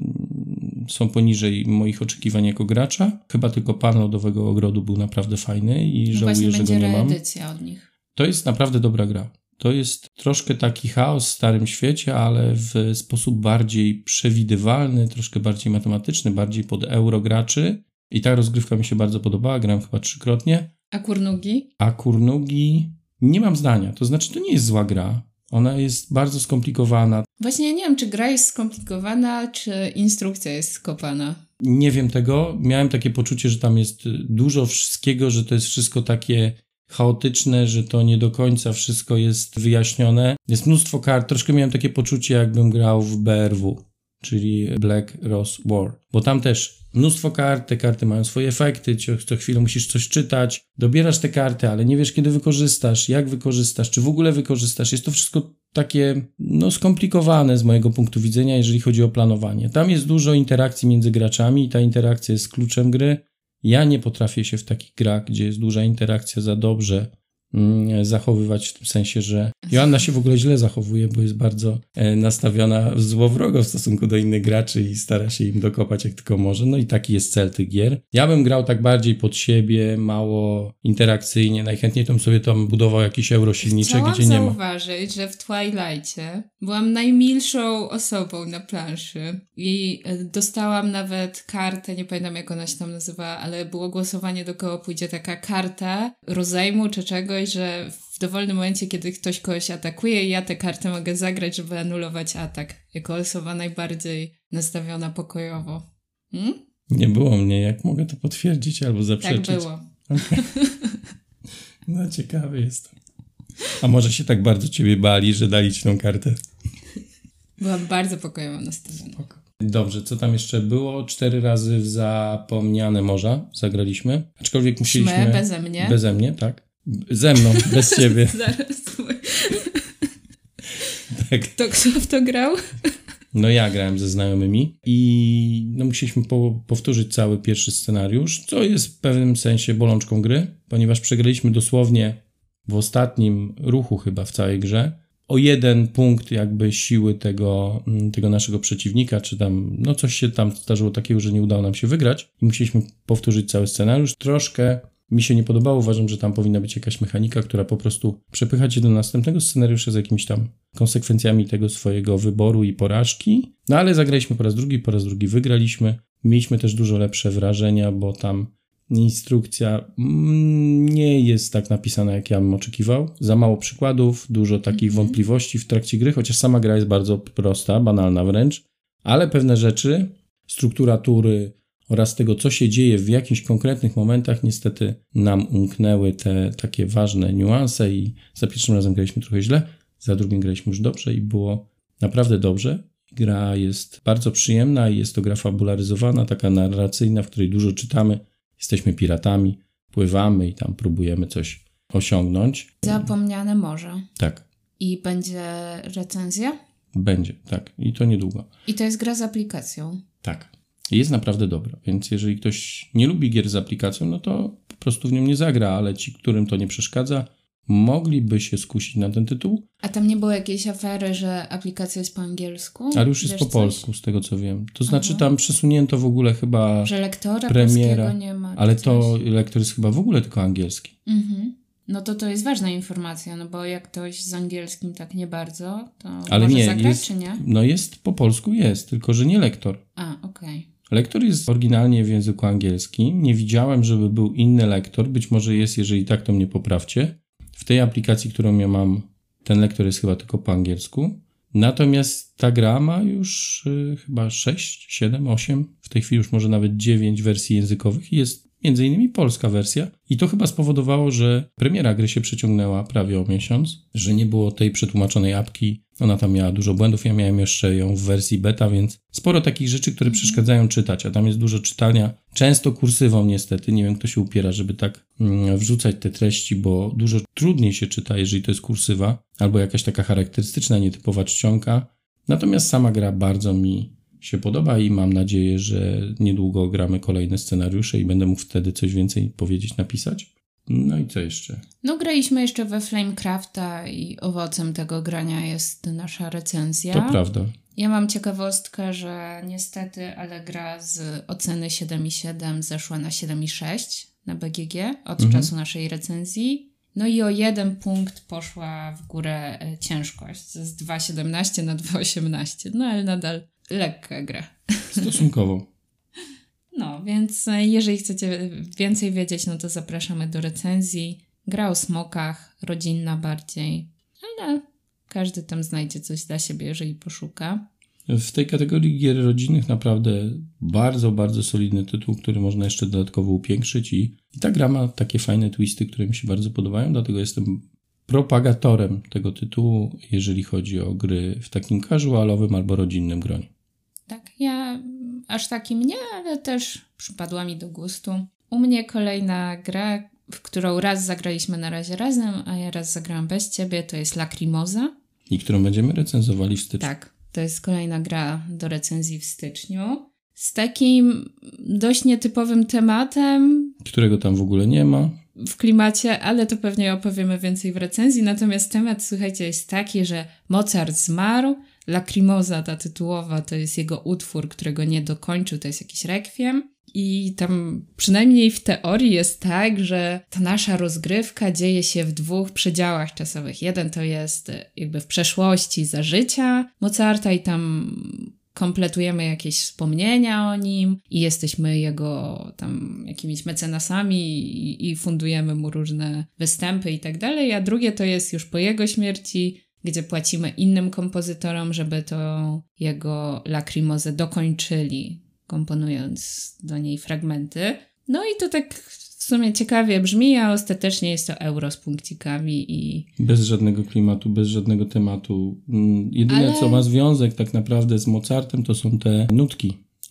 są poniżej moich oczekiwań jako gracza. Chyba tylko Pan Lodowego Ogrodu był naprawdę fajny i żałuję, że go nie mam. Właśnie będzie reedycja od nich. To jest naprawdę dobra gra. To jest troszkę taki chaos w Starym Świecie, ale w sposób bardziej przewidywalny, troszkę bardziej matematyczny, bardziej pod eurograczy. I ta rozgrywka mi się bardzo podobała, grałem chyba 3-krotnie. A Kurnugi nie mam zdania, to znaczy to nie jest zła gra. Ona jest bardzo skomplikowana. Właśnie ja nie wiem, czy gra jest skomplikowana, czy instrukcja jest skopana. Nie wiem tego. Miałem takie poczucie, że tam jest dużo wszystkiego, że to jest wszystko takie chaotyczne, że to nie do końca wszystko jest wyjaśnione. Jest mnóstwo kart. Troszkę miałem takie poczucie, jakbym grał w BRW, czyli Black Rose War. Bo tam też mnóstwo kart, te karty mają swoje efekty, co chwilę musisz coś czytać, dobierasz te karty, ale nie wiesz, kiedy wykorzystasz, jak wykorzystasz, czy w ogóle wykorzystasz. Jest to wszystko takie, skomplikowane z mojego punktu widzenia, jeżeli chodzi o planowanie. Tam jest dużo interakcji między graczami i ta interakcja jest kluczem gry. Ja nie potrafię się w takich grach, gdzie jest duża interakcja, za dobrze zachowywać, w tym sensie, że Joanna się w ogóle źle zachowuje, bo jest bardzo nastawiona złowrogo w stosunku do innych graczy i stara się im dokopać jak tylko może. No i taki jest cel tych gier. Ja bym grał tak bardziej pod siebie, mało interakcyjnie, najchętniej to bym sobie tam budował jakiś eurosilniczek, gdzie nie ma. Chciałam zauważyć, że w Twilightie byłam najmilszą osobą na planszy i dostałam nawet kartę, nie pamiętam jak ona się tam nazywała, ale było głosowanie, do kogo pójdzie taka karta rozejmu czy czegoś, że w dowolnym momencie, kiedy ktoś kogoś atakuje, ja tę kartę mogę zagrać, żeby anulować atak. Jako osoba najbardziej nastawiona pokojowo. Nie było mnie. Jak mogę to potwierdzić albo zaprzeczyć? Tak było. Okay. No ciekawy jestem. A może się tak bardzo ciebie bali, że dali ci tą kartę? Byłam bardzo pokojowo nastawiona. Dobrze, co tam jeszcze było? 4 razy w Zapomniane Morza zagraliśmy. Aczkolwiek musieliśmy... Beze mnie. Beze mnie, tak. Ze mną, bez ciebie. Zaraz. Tak. To kto w to grał? No ja grałem ze znajomymi i no musieliśmy powtórzyć cały pierwszy scenariusz, co jest w pewnym sensie bolączką gry, ponieważ przegraliśmy dosłownie w ostatnim ruchu chyba w całej grze o 1 punkt jakby siły tego naszego przeciwnika, czy tam, no coś się tam zdarzyło takiego, że nie udało nam się wygrać i musieliśmy powtórzyć cały scenariusz. Troszkę mi się nie podobało, uważam, że tam powinna być jakaś mechanika, która po prostu przepycha cię do następnego scenariusza z jakimiś tam konsekwencjami tego swojego wyboru i porażki. No ale zagraliśmy po raz drugi wygraliśmy. Mieliśmy też dużo lepsze wrażenia, bo tam instrukcja nie jest tak napisana, jak ja bym oczekiwał. Za mało przykładów, dużo takich wątpliwości w trakcie gry, chociaż sama gra jest bardzo prosta, banalna wręcz, ale pewne rzeczy, struktura tury oraz tego, co się dzieje w jakichś konkretnych momentach, niestety nam umknęły te takie ważne niuanse i za pierwszym razem graliśmy trochę źle, za drugim graliśmy już dobrze i było naprawdę dobrze. Gra jest bardzo przyjemna i jest to gra fabularyzowana, taka narracyjna, w której dużo czytamy. Jesteśmy piratami, pływamy i tam próbujemy coś osiągnąć. Zapomniane morze. Tak. I będzie recenzja? Będzie, tak. I to niedługo. I to jest gra z aplikacją. Tak. Jest naprawdę dobra, więc jeżeli ktoś nie lubi gier z aplikacją, no to po prostu w nią nie zagra, ale ci, którym to nie przeszkadza, mogliby się skusić na ten tytuł. A tam nie było jakiejś afery, że aplikacja jest po angielsku? Ale już jest po polsku, z tego co wiem. To znaczy tam przesunięto w ogóle chyba że lektora premiera, polskiego nie ma. ale to lektor jest chyba w ogóle tylko angielski. No to jest ważna informacja, no bo jak ktoś z angielskim tak nie bardzo, to ale może nie, zagrać, jest, czy nie? No jest, po polsku jest, tylko że nie lektor. A, okej. Lektor jest oryginalnie w języku angielskim. Nie widziałem, żeby był inny lektor. Być może jest, jeżeli tak, to mnie poprawcie. W tej aplikacji, którą ja mam, ten lektor jest chyba tylko po angielsku. Natomiast ta gra ma już chyba 6, 7, 8, w tej chwili już może nawet 9 wersji językowych i jest między innymi polska wersja. I to chyba spowodowało, że premiera gry się przeciągnęła prawie o miesiąc, że nie było tej przetłumaczonej apki. Ona tam miała dużo błędów, ja miałem jeszcze ją w wersji beta, więc sporo takich rzeczy, które przeszkadzają czytać, a tam jest dużo czytania, często kursywą niestety, nie wiem kto się upiera, żeby tak wrzucać te treści, bo dużo trudniej się czyta, jeżeli to jest kursywa, albo jakaś taka charakterystyczna, nietypowa czcionka. Natomiast sama gra bardzo mi się podoba i mam nadzieję, że niedługo gramy kolejne scenariusze i będę mógł wtedy coś więcej powiedzieć, napisać. No i co jeszcze? No graliśmy jeszcze we Flamecrafta i owocem tego grania jest nasza recenzja. To prawda. Ja mam ciekawostkę, że niestety, ale gra z oceny 7,7 zeszła na 7,6 na BGG od czasu naszej recenzji. No i o 1 punkt poszła w górę ciężkość z 2,17 na 2,18. No ale nadal lekka gra. Stosunkowo. No, więc jeżeli chcecie więcej wiedzieć, no to zapraszamy do recenzji. Gra o smokach, rodzinna bardziej, ale każdy tam znajdzie coś dla siebie, jeżeli poszuka. W tej kategorii gier rodzinnych naprawdę bardzo, bardzo solidny tytuł, który można jeszcze dodatkowo upiększyć i ta gra ma takie fajne twisty, które mi się bardzo podobają, dlatego jestem propagatorem tego tytułu, jeżeli chodzi o gry w takim casualowym albo rodzinnym gronie. Tak, ja aż takim nie, ale też przypadła mi do gustu. U mnie kolejna gra, w którą raz zagraliśmy na razie razem, a ja raz zagrałam bez ciebie, to jest Lacrimosa. I którą będziemy recenzowali w styczniu. Tak, to jest kolejna gra do recenzji w styczniu. Z takim dość nietypowym tematem. Którego tam w ogóle nie ma. W klimacie, ale to pewnie opowiemy więcej w recenzji. Natomiast temat, słuchajcie, jest taki, że Mozart zmarł, Lacrimosa, ta tytułowa, to jest jego utwór, którego nie dokończył, to jest jakiś rekwiem. I tam przynajmniej w teorii jest tak, że ta nasza rozgrywka dzieje się w 2 przedziałach czasowych. Jeden to jest jakby w przeszłości za życia Mozarta i tam kompletujemy jakieś wspomnienia o nim i jesteśmy jego tam jakimiś mecenasami i fundujemy mu różne występy i tak dalej, a drugie to jest już po jego śmierci, gdzie płacimy innym kompozytorom, żeby to jego Lacrimosę dokończyli, komponując do niej fragmenty. No i to tak w sumie ciekawie brzmi, a ostatecznie jest to euro z punkcikami i... Bez żadnego klimatu, bez żadnego tematu. Jedyne, co ma związek tak naprawdę z Mozartem, to są te nutki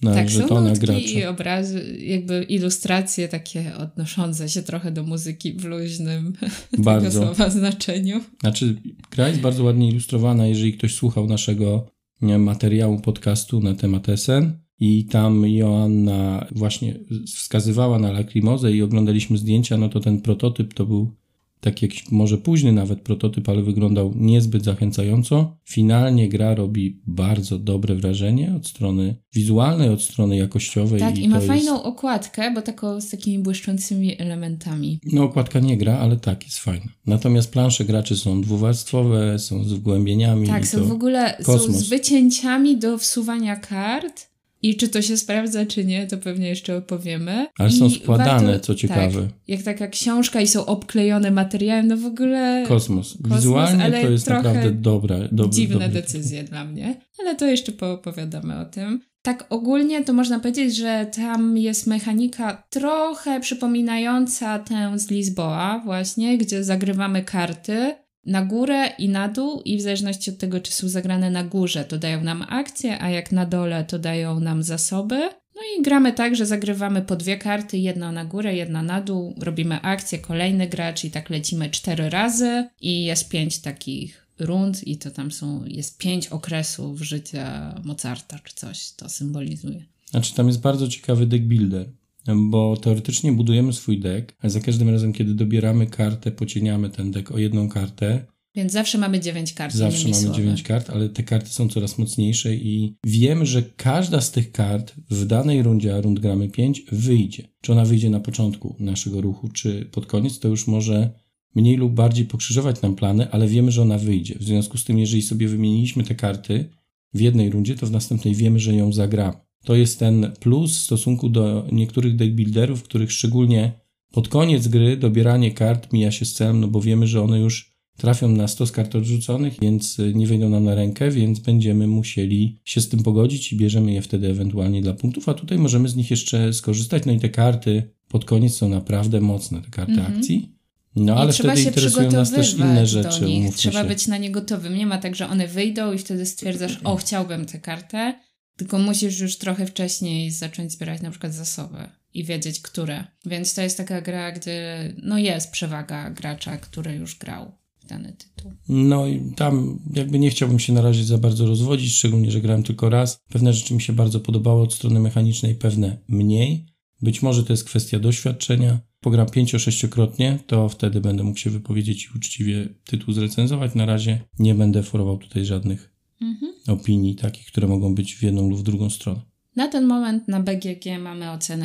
Tak, są żetona nutki gracza. i obrazy, jakby ilustracje takie odnoszące się trochę do muzyki w luźnym tego słowa znaczeniu. Znaczy, gra jest bardzo ładnie ilustrowana, jeżeli ktoś słuchał naszego materiału podcastu na temat Essen i tam Joanna właśnie wskazywała na Lacrimozę i oglądaliśmy zdjęcia, no to ten prototyp to był taki jakiś może późny nawet prototyp, ale wyglądał niezbyt zachęcająco. Finalnie gra robi bardzo dobre wrażenie od strony wizualnej, od strony jakościowej. Tak, i ma fajną okładkę, bo taką z takimi błyszczącymi elementami. No okładka nie gra, ale tak, jest fajna. Natomiast plansze graczy są dwuwarstwowe, są z wgłębieniami. Tak, są w ogóle są z wycięciami do wsuwania kart. I czy to się sprawdza, czy nie, to pewnie jeszcze opowiemy. Ale są składane, co ciekawe. Tak, jak taka książka i są obklejone materiałem, no w ogóle... Kosmos. Wizualnie ale to jest naprawdę dziwne decyzje dla mnie. Ale to jeszcze poopowiadamy o tym. Tak ogólnie to można powiedzieć, że tam jest mechanika trochę przypominająca tę z Lisboa właśnie, gdzie zagrywamy karty na górę i na dół i w zależności od tego, czy są zagrane na górze, to dają nam akcje, a jak na dole, to dają nam zasoby. No i gramy tak, że zagrywamy po 2 karty, jedna na górę, jedna na dół, robimy akcję, kolejny gracz i tak lecimy 4 razy i jest 5 takich rund i to tam jest 5 okresów życia Mozarta czy coś, to symbolizuje. Znaczy tam jest bardzo ciekawy deck builder, bo teoretycznie budujemy swój deck, a za każdym razem, kiedy dobieramy kartę, pocieniamy ten deck o 1 kartę. Więc zawsze mamy 9 kart. Zawsze mamy 9 kart, ale te karty są coraz mocniejsze i wiemy, że każda z tych kart w danej rundzie, a rund gramy 5, wyjdzie. Czy ona wyjdzie na początku naszego ruchu, czy pod koniec, to już może mniej lub bardziej pokrzyżować nam plany, ale wiemy, że ona wyjdzie. W związku z tym, jeżeli sobie wymieniliśmy te karty w jednej rundzie, to w następnej wiemy, że ją zagramy. To jest ten plus w stosunku do niektórych deckbuilderów, w których szczególnie pod koniec gry dobieranie kart mija się z celem, no bo wiemy, że one już trafią na 100 z kart odrzuconych, więc nie wejdą nam na rękę, więc będziemy musieli się z tym pogodzić i bierzemy je wtedy ewentualnie dla punktów, a tutaj możemy z nich jeszcze skorzystać. No i te karty pod koniec są naprawdę mocne, te karty akcji. No ale wtedy interesują nas też inne rzeczy. Trzeba być na nie gotowym. Nie ma tak, że one wyjdą i wtedy stwierdzasz, chciałbym tę kartę, tylko musisz już trochę wcześniej zacząć zbierać na przykład zasoby i wiedzieć, które. Więc to jest taka gra, gdzie jest przewaga gracza, który już grał w dany tytuł. No i tam jakby nie chciałbym się na razie za bardzo rozwodzić, szczególnie, że grałem tylko raz. Pewne rzeczy mi się bardzo podobały od strony mechanicznej, pewne mniej. Być może to jest kwestia doświadczenia. Pogram 5-6-krotnie, to wtedy będę mógł się wypowiedzieć i uczciwie tytuł zrecenzować. Na razie nie będę forował tutaj żadnych opinii takich, które mogą być w jedną lub w drugą stronę. Na ten moment na BGG mamy ocenę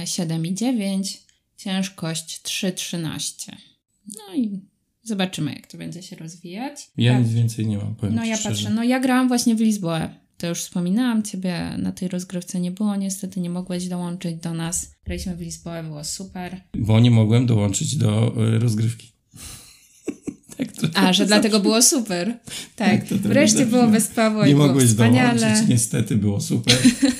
7,9, ciężkość 3,13. No i zobaczymy, jak to będzie się rozwijać. Ja nic więcej nie mam, powiem No ja szczerze. patrzę, ja grałam właśnie w Lisboę. To już wspominałam, ciebie na tej rozgrywce nie było, niestety nie mogłeś dołączyć do nas. Graliśmy w Lisboę, było super. Bo nie mogłem dołączyć do rozgrywki. Tak, że dlatego było super. Tak, wreszcie było bez Pawła i było wspaniale. Nie mogłeś dołączyć, niestety było super.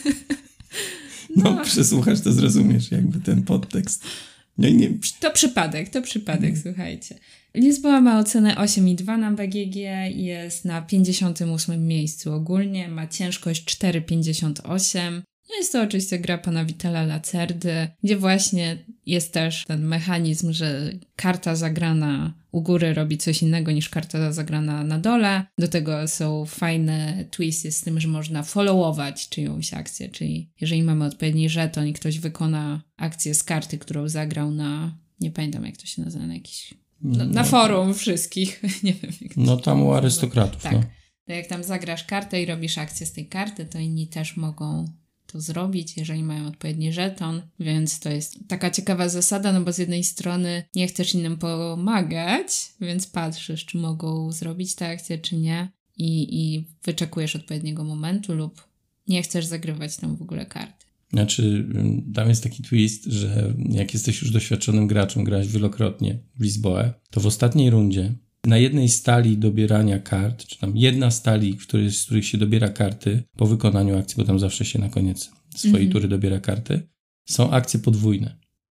Przesłuchasz, to zrozumiesz jakby ten podtekst. Nie. To przypadek, słuchajcie. Lisboa ma ocenę 8,2 na BGG, jest na 58 miejscu ogólnie, ma ciężkość 4,58. No jest to oczywiście gra pana Vitala Lacerdy, gdzie właśnie jest też ten mechanizm, że karta zagrana u góry robi coś innego niż karta zagrana na dole. Do tego są fajne twisty z tym, że można followować czyjąś akcję, czyli jeżeli mamy odpowiedni żeton i ktoś wykona akcję z karty, którą zagrał nie pamiętam jak to się nazywa, na forum wszystkich. Nie wiem jak to tam u arystokratów. Tak. To jak tam zagrasz kartę i robisz akcję z tej karty, to inni też mogą to zrobić, jeżeli mają odpowiedni żeton, więc to jest taka ciekawa zasada, bo z jednej strony nie chcesz innym pomagać, więc patrzysz, czy mogą zrobić tę akcję, czy nie i wyczekujesz odpowiedniego momentu lub nie chcesz zagrywać tam w ogóle karty. Znaczy, tam jest taki twist, że jak jesteś już doświadczonym graczem, grałeś wielokrotnie w Lisboę, to w ostatniej rundzie na jednej stali dobierania kart, czy tam jedna stali, z których się dobiera karty po wykonaniu akcji, bo tam zawsze się na koniec swojej tury dobiera karty, są akcje podwójne.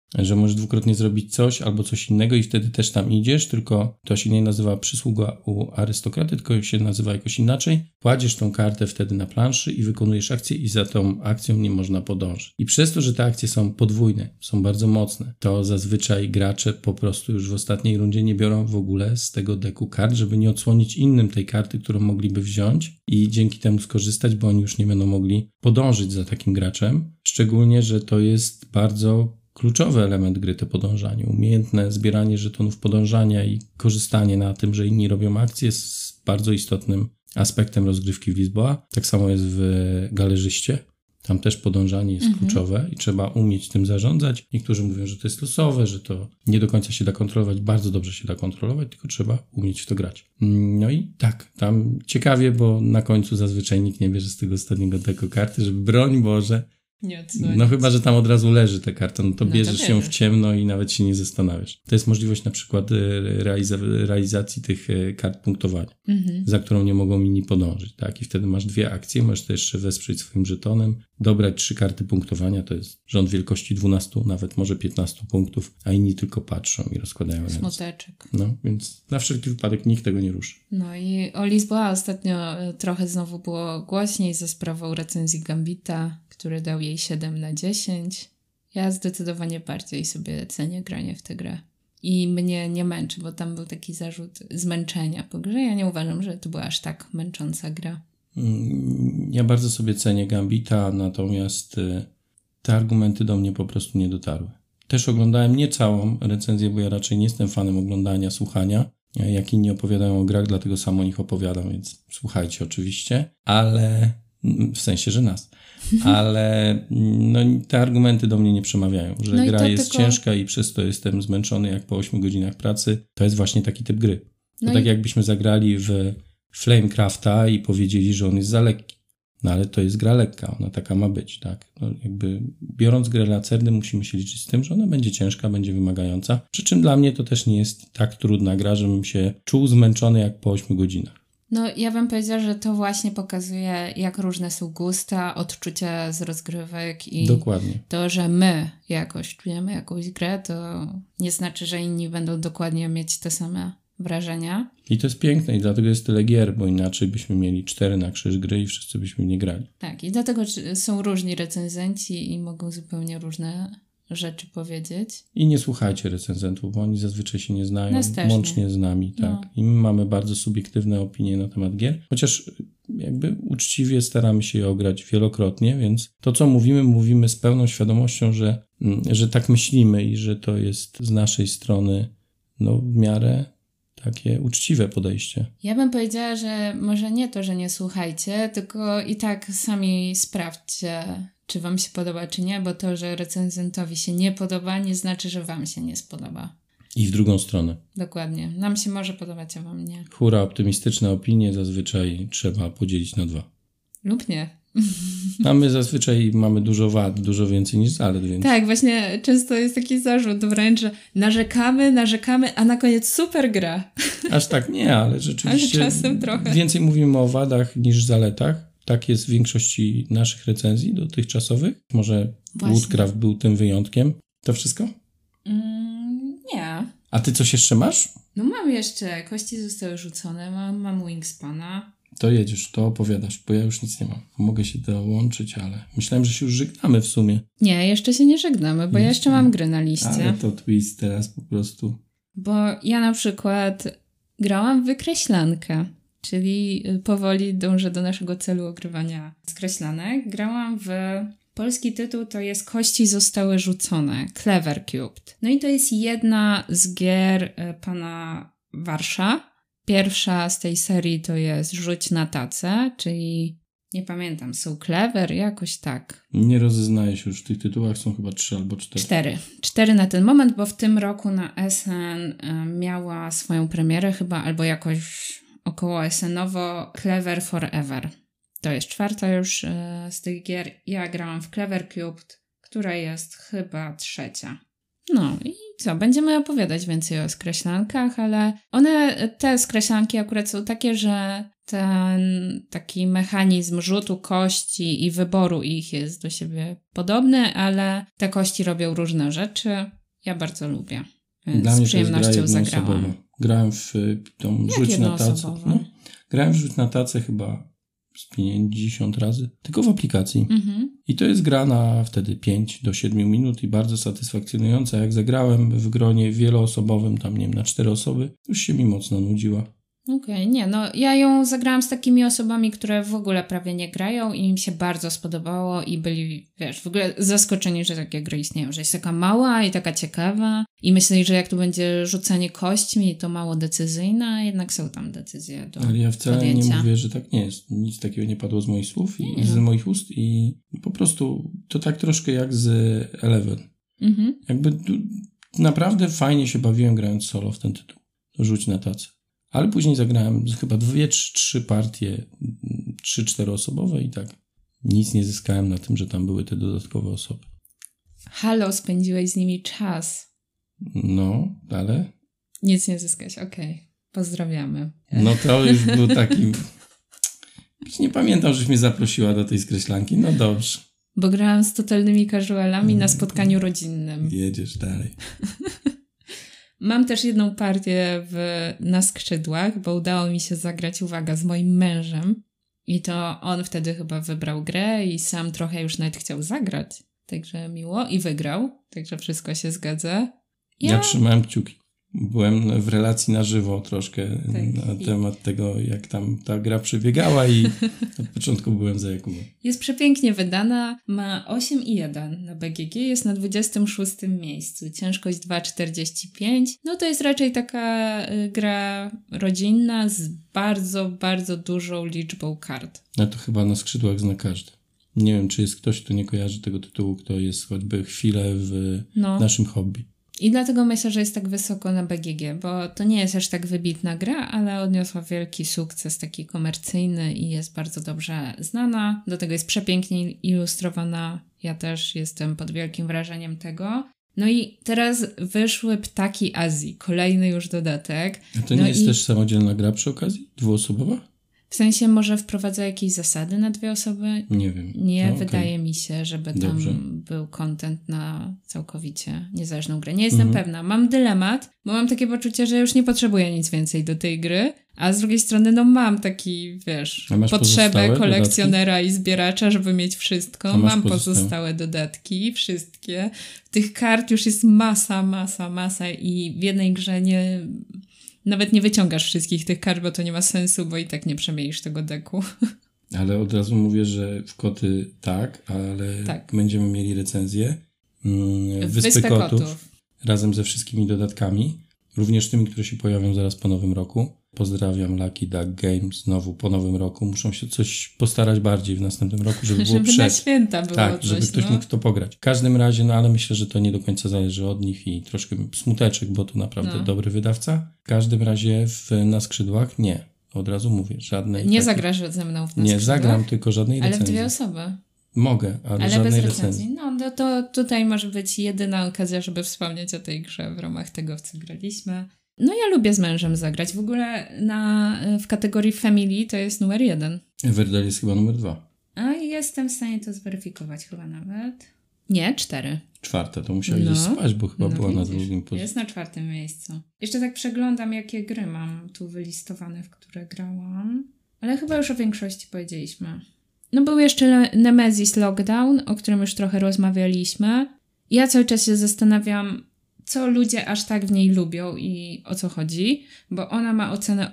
że możesz dwukrotnie zrobić coś albo coś innego i wtedy też tam idziesz, tylko to się nie nazywa przysługa u arystokraty, tylko się nazywa jakoś inaczej. Kładziesz tą kartę wtedy na planszy i wykonujesz akcję i za tą akcją nie można podążyć. I przez to, że te akcje są podwójne, są bardzo mocne, to zazwyczaj gracze po prostu już w ostatniej rundzie nie biorą w ogóle z tego deku kart, żeby nie odsłonić innym tej karty, którą mogliby wziąć i dzięki temu skorzystać, bo oni już nie będą mogli podążyć za takim graczem. Szczególnie, że to jest bardzo kluczowy element gry, to podążanie. Umiejętne zbieranie żetonów podążania i korzystanie na tym, że inni robią akcje, jest bardzo istotnym aspektem rozgrywki w Lisboa. Tak samo jest w galerzyście. Tam też podążanie jest kluczowe i trzeba umieć tym zarządzać. Niektórzy mówią, że to jest losowe, że to nie do końca się da kontrolować. Bardzo dobrze się da kontrolować, tylko trzeba umieć w to grać. No i tak, tam ciekawie, bo na końcu zazwyczaj nikt nie bierze z tego ostatniego deku karty, żeby broń Boże. Nie odsłonić. No chyba, że tam od razu leży ta karta, no to bierzesz to ją w ciemno i nawet się nie zastanawiasz. To jest możliwość na przykład realizacji tych kart punktowania, za którą nie mogą inni podążyć, tak? I wtedy masz 2 akcje, możesz to jeszcze wesprzeć swoim żetonem, dobrać 3 karty punktowania, to jest rząd wielkości 12, nawet może 15 punktów, a inni tylko patrzą i rozkładają ręce. Smuteczek. No, więc na wszelki wypadek nikt tego nie ruszy. No i o Lisboa ostatnio trochę znowu było głośniej za sprawą recenzji Gambita, który dał jej 7/10. Ja zdecydowanie bardziej sobie cenię granie w tę grę. I mnie nie męczy, bo tam był taki zarzut zmęczenia po grze. Ja nie uważam, że to była aż tak męcząca gra. Ja bardzo sobie cenię Gambita, natomiast te argumenty do mnie po prostu nie dotarły. Też oglądałem nie całą recenzję, bo ja raczej nie jestem fanem oglądania, słuchania. Jak inni opowiadają o grach, dlatego sam o nich opowiadam, więc słuchajcie oczywiście, ale w sensie, że nas. Ale no, te argumenty do mnie nie przemawiają, że no gra jest tylko ciężka i przez to jestem zmęczony jak po 8 godzinach pracy. To jest właśnie taki typ gry. To tak jakbyśmy zagrali w Flamecrafta i powiedzieli, że on jest za lekki. No ale to jest gra lekka, ona taka ma być, tak? No, jakby biorąc grę Lacerdy musimy się liczyć z tym, że ona będzie ciężka, będzie wymagająca. Przy czym dla mnie to też nie jest tak trudna gra, żebym się czuł zmęczony jak po 8 godzinach. No ja bym powiedziała, że to właśnie pokazuje, jak różne są gusta, odczucia z rozgrywek i Dokładnie. To, że my jakoś czujemy jakąś grę, to nie znaczy, że inni będą dokładnie mieć te same wrażenia. I to jest piękne i dlatego jest tyle gier, bo inaczej byśmy mieli 4 na krzyż gry i wszyscy byśmy nie grali. Tak, i dlatego są różni recenzenci i mogą zupełnie różne rzeczy powiedzieć. I nie słuchajcie recenzentów, bo oni zazwyczaj się nie znają, łącznie z nami, tak. No. I my mamy bardzo subiektywne opinie na temat gier, chociaż jakby uczciwie staramy się je ograć wielokrotnie, więc to, co mówimy z pełną świadomością, że tak myślimy i że to jest z naszej strony no w miarę takie uczciwe podejście. Ja bym powiedziała, że może nie to, że nie słuchajcie, tylko i tak sami sprawdźcie, czy wam się podoba, czy nie, bo to, że recenzentowi się nie podoba, nie znaczy, że wam się nie spodoba. I w drugą stronę. Dokładnie. Nam się może podobać, a wam nie. Hura, optymistyczne opinie zazwyczaj trzeba podzielić na 2. Lub nie. A my zazwyczaj mamy dużo wad, dużo więcej niż zalet, więc... Tak, właśnie często jest taki zarzut wręcz, że narzekamy, a na koniec super gra. Aż tak nie, ale rzeczywiście ale czasem trochę. Więcej mówimy o wadach niż zaletach. Tak jest w większości naszych recenzji dotychczasowych. Może Właśnie. Woodcraft był tym wyjątkiem. To wszystko? Nie. A ty coś jeszcze masz? No mam jeszcze, kości zostały rzucone, mam Wingspana. To jedziesz, to opowiadasz, bo ja już nic nie mam. Mogę się dołączyć, ale myślałem, że się już żegnamy w sumie. Nie, jeszcze się nie żegnamy, bo ja jeszcze mam gry na liście. Ale to twist teraz po prostu. Bo ja na przykład grałam w wykreślankę, czyli powoli dążę do naszego celu ogrywania skreślanek. Grałam w... Polski tytuł to jest Kości zostały rzucone, Clever Cubed. No i to jest jedna z gier pana Warsza. Pierwsza z tej serii to jest Rzuć na tacę, czyli nie pamiętam, są Clever, jakoś tak. Nie rozeznaję się już w tych tytułach, są chyba 3 albo 4. 4 na ten moment, bo w tym roku na SN miała swoją premierę chyba, albo jakoś około SN-owo Clever Forever. To jest 4 już z tych gier. Ja grałam w Clever Cubed, która jest chyba 3. No i co, będziemy opowiadać więcej o skreślankach, ale te skreślanki akurat są takie, że ten taki mechanizm rzutu kości i wyboru ich jest do siebie podobny, ale te kości robią różne rzeczy. Ja bardzo lubię. Dla Z mnie to jest gra przyjemnością zagrałam. jednoosobowa. Grałem w tą rzuć na tacę. jednoosobowa? No, grałem w rzuć na tacę chyba z 50 razy, tylko w aplikacji. I to jest gra na wtedy 5 do 7 minut i bardzo satysfakcjonująca. Jak zagrałem w gronie wieloosobowym, tam nie wiem, na 4 osoby, już się mi mocno nudziła. Okej, nie, no ja ją zagrałam z takimi osobami, które w ogóle prawie nie grają i im się bardzo spodobało i byli, wiesz, w ogóle zaskoczeni, że takie gry istnieją, że jest taka mała i taka ciekawa i myśleli, że jak tu będzie rzucanie kośćmi, to mało decyzyjne, a jednak są tam decyzje do Ale ja wcale podjęcia. nie mówię, że tak nie jest. Nic takiego nie padło z moich słów i Nie. z moich ust i po prostu to tak troszkę jak z Eleven. Jakby naprawdę fajnie się bawiłem grając solo w ten tytuł. To rzuć na tacę. Ale później zagrałem chyba 2 czy 3 partie, 3-4 osobowe i tak nic nie zyskałem na tym, że tam były te dodatkowe osoby. Halo, spędziłeś z nimi czas. No, ale... Nic nie zyskać, okej. Pozdrawiamy. No to już był taki... Już nie pamiętam, żeś mnie zaprosiła do tej skreślanki. No dobrze. Bo grałam z totalnymi casualami na spotkaniu rodzinnym. Jedziesz dalej. Mam też jedną partię na skrzydłach, bo udało mi się zagrać, uwaga, z moim mężem. I to on wtedy chyba wybrał grę i sam trochę już nawet chciał zagrać. Także miło. I wygrał. Także wszystko się zgadza. Ja trzymałem kciuki. Byłem w relacji na żywo troszkę Tak. na temat tego, jak tam ta gra przebiegała i od początku byłem za Jakubem. Jest przepięknie wydana, ma 8,1 na BGG, jest na 26 miejscu, ciężkość 2,45. No to jest raczej taka gra rodzinna z bardzo, bardzo dużą liczbą kart. No to chyba na skrzydłach zna każdy. Nie wiem, czy jest ktoś, kto nie kojarzy tego tytułu, kto jest choćby chwilę w naszym hobby. I dlatego myślę, że jest tak wysoko na BGG, bo to nie jest aż tak wybitna gra, ale odniosła wielki sukces taki komercyjny i jest bardzo dobrze znana. Do tego jest przepięknie ilustrowana. Ja też jestem pod wielkim wrażeniem tego. No i teraz wyszły Ptaki Azji, kolejny już dodatek. A to nie jest też samodzielna gra przy okazji? Dwuosobowa? W sensie może wprowadza jakieś zasady na 2 osoby? Nie wiem. Nie, No, wydaje mi się, żeby tam Dobrze. był content na całkowicie niezależną grę. Nie jestem pewna. Mam dylemat, bo mam takie poczucie, że już nie potrzebuję nic więcej do tej gry, a z drugiej strony no mam taki, wiesz, potrzebę kolekcjonera dodatki? I zbieracza, żeby mieć wszystko. Mam pozostałe dodatki, wszystkie. Tych kart już jest masa i w jednej grze nawet nie wyciągasz wszystkich tych kart, bo to nie ma sensu, bo i tak nie przemienisz tego deku. Ale od razu mówię, że w koty tak, ale będziemy mieli recenzję Wyspy Kotów razem ze wszystkimi dodatkami, również tymi, które się pojawią zaraz po nowym roku. Pozdrawiam Lucky Duck Games znowu po nowym roku. Muszą się coś postarać bardziej w następnym roku, żeby było na święta było tak, coś, żeby ktoś mógł w to pograć. W każdym razie, no ale myślę, że to nie do końca zależy od nich i troszkę smuteczek, bo to naprawdę dobry wydawca. W każdym razie na skrzydłach nie. Od razu mówię, żadnej... Nie zagrasz ze mną w Nie zagram, tylko żadnej recenzji. Ale w 2 osoby. Mogę, ale żadnej bez recenzji. No to tutaj może być jedyna okazja, żeby wspomnieć o tej grze w ramach tego, w co graliśmy. No ja lubię z mężem zagrać. W ogóle w kategorii Family to jest numer 1. Everdell jest chyba numer 2. A jestem w stanie to zweryfikować chyba nawet. Nie, 4. 4, to musiała gdzieś spaść, bo chyba była na drugim pozycji. Jest na 4 miejscu. Jeszcze tak przeglądam, jakie gry mam tu wylistowane, w które grałam. Ale chyba już o większości powiedzieliśmy. No był jeszcze Nemesis Lockdown, o którym już trochę rozmawialiśmy. Ja cały czas się zastanawiam, co ludzie aż tak w niej lubią i o co chodzi, bo ona ma ocenę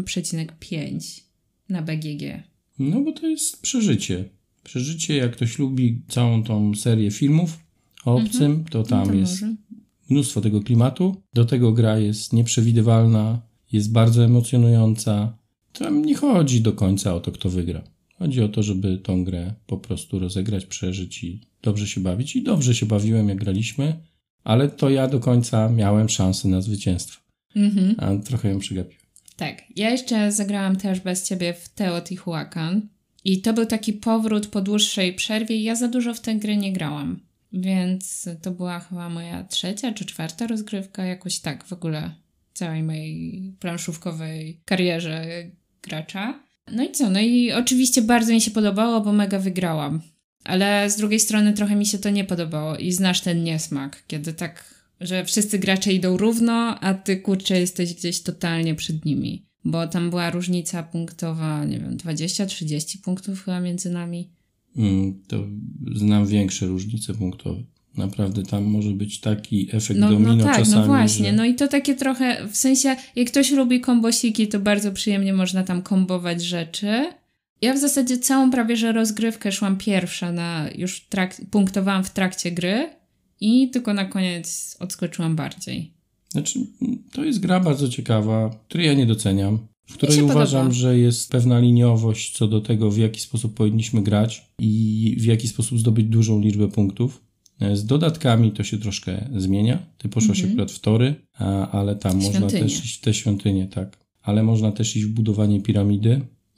8,5 na BGG. No bo to jest przeżycie. Przeżycie, jak ktoś lubi całą tą serię filmów o obcym, to tam jest mnóstwo tego klimatu. Do tego gra jest nieprzewidywalna, jest bardzo emocjonująca. Tam nie chodzi do końca o to, kto wygra. Chodzi o to, żeby tą grę po prostu rozegrać, przeżyć i dobrze się bawić. I dobrze się bawiłem, jak graliśmy, ale to ja do końca miałem szansę na zwycięstwo. A trochę ją przegapiłem. Tak. Ja jeszcze zagrałam też bez ciebie w Teotihuacan i to był taki powrót po dłuższej przerwie i ja za dużo w tę grę nie grałam. Więc to była chyba moja 3. czy 4. rozgrywka, jakoś tak w ogóle całej mojej planszówkowej karierze gracza. No i co? No i oczywiście bardzo mi się podobało, bo mega wygrałam. Ale z drugiej strony trochę mi się to nie podobało i znasz ten niesmak, kiedy tak, że wszyscy gracze idą równo, a ty, kurczę, jesteś gdzieś totalnie przed nimi. Bo tam była różnica punktowa, nie wiem, 20-30 punktów chyba między nami. To znam większe różnice punktowe. Naprawdę tam może być taki efekt domino no tak, czasami. No właśnie, że... no i to takie trochę, w sensie, jak ktoś lubi kombosiki, to bardzo przyjemnie można tam kombować rzeczy. Ja w zasadzie całą prawie że rozgrywkę szłam pierwsza już punktowałam w trakcie gry i tylko na koniec odskoczyłam bardziej. Znaczy, to jest gra bardzo ciekawa, której ja nie doceniam, w której uważam, że jest pewna liniowość co do tego, w jaki sposób powinniśmy grać i w jaki sposób zdobyć dużą liczbę punktów. Z dodatkami to się troszkę zmienia. Ty poszłaś akurat w tory, ale tam można też iść w te świątynie, tak. Ale można też iść w budowanie piramidy.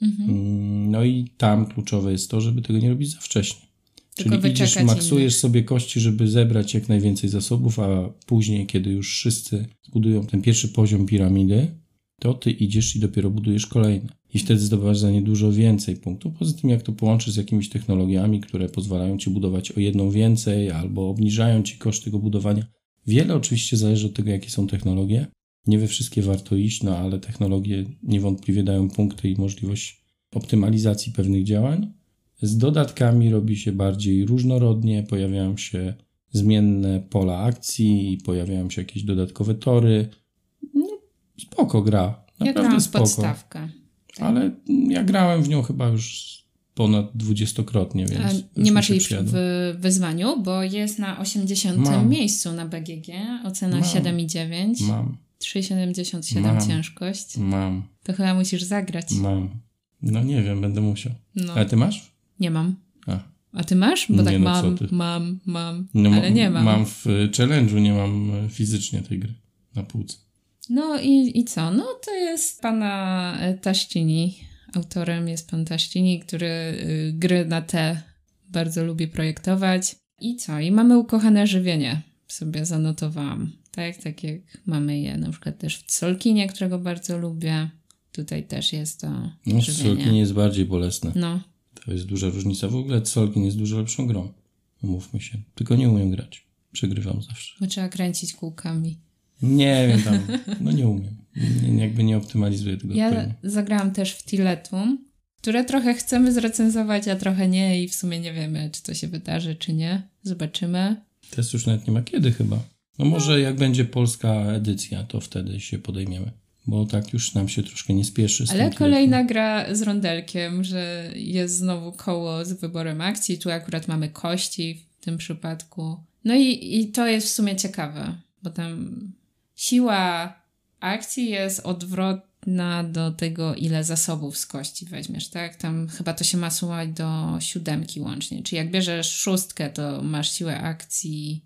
No i tam kluczowe jest to, żeby tego nie robić za wcześnie. Czyli idziesz, maksujesz sobie kości, żeby zebrać jak najwięcej zasobów, a później, kiedy już wszyscy zbudują ten pierwszy poziom piramidy, to ty idziesz i dopiero budujesz kolejne. I wtedy zdobywasz za nie dużo więcej punktów. Poza tym, jak to połączysz z jakimiś technologiami, które pozwalają ci budować o jedną więcej albo obniżają ci koszt tego budowania. Wiele oczywiście zależy od tego, jakie są technologie. Nie we wszystkie warto iść, no ale technologie niewątpliwie dają punkty i możliwość optymalizacji pewnych działań. Z dodatkami robi się bardziej różnorodnie, pojawiają się zmienne pola akcji, pojawiają się jakieś dodatkowe tory. No, spoko gra, naprawdę grałam spoko. Podstawkę. Ale ja grałem w nią chyba już ponad 20-krotnie, więc... A nie masz jej w wyzwaniu, bo jest na 80. miejscu na BGG, ocena 7,9. Mam. 3,77 ciężkość. Mam. To chyba musisz zagrać. Mam. No nie wiem, będę musiał. No. Ale ty masz? Nie mam. A ty masz? Bo tak mam, no, ale nie mam. Mam w challenge'u, nie mam fizycznie tej gry na półce. No i co? No to jest pana Tascini. Autorem jest pan Tascini, który gry na te bardzo lubi projektować. I co? I mamy ukochane żywienie. Sobie zanotowałam. Tak jak mamy je na przykład też w Tzolkinie, którego bardzo lubię. Tutaj też jest to żywienie. Tzolkin jest bardziej bolesne. No. To jest duża różnica. W ogóle Tzolkin jest dużo lepszą grą. Umówmy się. Tylko nie umiem grać. Przegrywam zawsze. Bo trzeba kręcić kółkami. Nie wiem tam. No nie umiem. Jakby nie optymalizuję tego. Ja zagrałam też w Tiletum, które trochę chcemy zrecenzować, a trochę nie i w sumie nie wiemy, czy to się wydarzy, czy nie. Zobaczymy. Teraz już nawet nie ma kiedy chyba. No może jak będzie polska edycja, to wtedy się podejmiemy. Bo tak już nam się troszkę nie spieszy. Ale kolejna gra z rondelkiem, że jest znowu koło z wyborem akcji. Tu akurat mamy kości w tym przypadku. No i to jest w sumie ciekawe, bo tam siła akcji jest odwrotna do tego, ile zasobów z kości weźmiesz, tak? Tam chyba to się ma sumować do 7 łącznie. Czyli jak bierzesz 6, to masz siłę akcji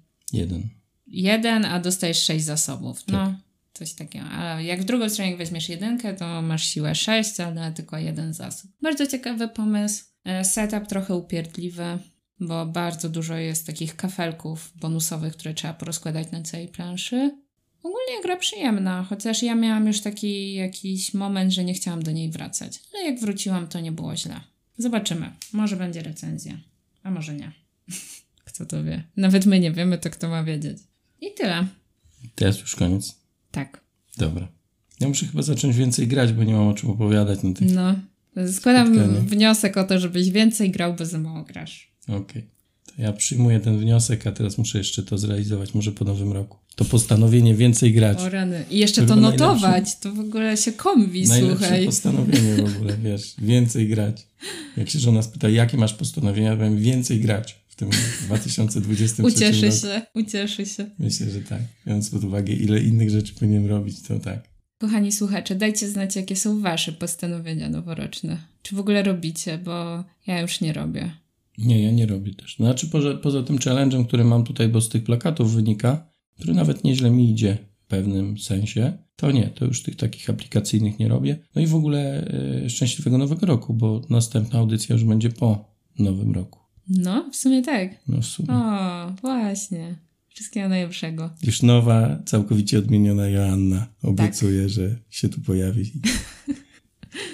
1, a dostajesz 6 zasobów. No, tak. Coś takiego. A jak w drugą stronę jak weźmiesz 1, to masz siłę 6, ale tylko 1 zasób. Bardzo ciekawy pomysł. Setup trochę upierdliwy, bo bardzo dużo jest takich kafelków bonusowych, które trzeba porozkładać na całej planszy. Ogólnie gra przyjemna, chociaż ja miałam już taki jakiś moment, że nie chciałam do niej wracać. Ale jak wróciłam, to nie było źle. Zobaczymy. Może będzie recenzja. A może nie. Kto to wie? Nawet my nie wiemy, to kto ma wiedzieć. I tyle. Teraz już koniec? Tak. Dobra. Ja muszę chyba zacząć więcej grać, bo nie mam o czym opowiadać na tych składam wniosek o to, żebyś więcej grał, bo za mało grasz. Okej. To ja przyjmuję ten wniosek, a teraz muszę jeszcze to zrealizować, może po nowym roku. To postanowienie więcej grać. O rany. I jeszcze to notować. To w ogóle się kombi, najlepsze słuchaj. Najlepsze postanowienie w ogóle, wiesz. Więcej grać. Jak się żona spyta, jakie masz postanowienia, ja powiem więcej grać w tym 2023 Ucieszy się. Myślę, że tak. Biorąc pod uwagę, ile innych rzeczy powinienem robić, to tak. Kochani słuchacze, dajcie znać, jakie są wasze postanowienia noworoczne. Czy w ogóle robicie, bo ja już nie robię. Nie, ja nie robię też. Znaczy poza tym challenge'em, który mam tutaj, bo z tych plakatów wynika, który nawet nieźle mi idzie w pewnym sensie, to nie, to już tych takich aplikacyjnych nie robię. No i w ogóle szczęśliwego nowego roku, bo następna audycja już będzie po nowym roku. No, w sumie tak. No w sumie. O, właśnie. Wszystkiego najlepszego. Już nowa, całkowicie odmieniona Joanna obiecuje, że się tu pojawi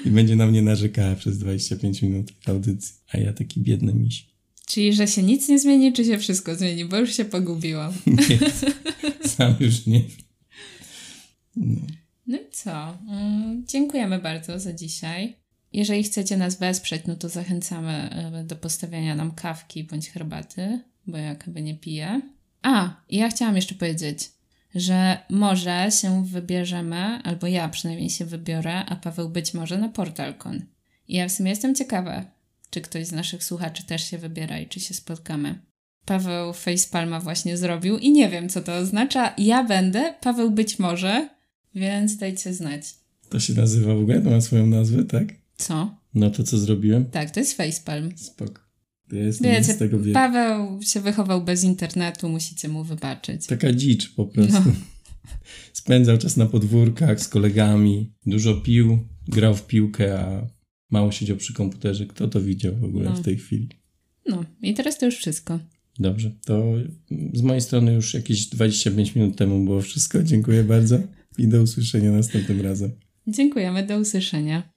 I będzie na mnie narzekała przez 25 minut audycji. A ja taki biedny miś. Czyli, że się nic nie zmieni, czy się wszystko zmieni? Bo już się pogubiłam. Nie, sam już nie wiem. No i co? Dziękujemy bardzo za dzisiaj. Jeżeli chcecie nas wesprzeć, no to zachęcamy do postawiania nam kawki bądź herbaty, bo ja kawy nie piję. I ja chciałam jeszcze powiedzieć, że może się wybierzemy, albo ja przynajmniej się wybiorę, a Paweł być może na PortalCon. I ja w sumie jestem ciekawa, czy ktoś z naszych słuchaczy też się wybiera i czy się spotkamy. Paweł facepalma właśnie zrobił i nie wiem, co to oznacza. Ja będę, Paweł być może, więc dajcie znać. To się nazywa w ogóle? To ma swoją nazwę, tak? Co? No to co zrobiłem? Tak, to jest facepalm. Spoko. Ja jestem Wiecie, z tego wieku. Paweł się wychował bez internetu, musicie mu wybaczyć. Taka dzicz po prostu. No. Spędzał czas na podwórkach z kolegami, dużo pił, grał w piłkę, a mało siedział przy komputerze. Kto to widział w ogóle w tej chwili? No i teraz to już wszystko. Dobrze, to z mojej strony już jakieś 25 minut temu było wszystko. Dziękuję bardzo i do usłyszenia następnym razem. Dziękujemy, do usłyszenia.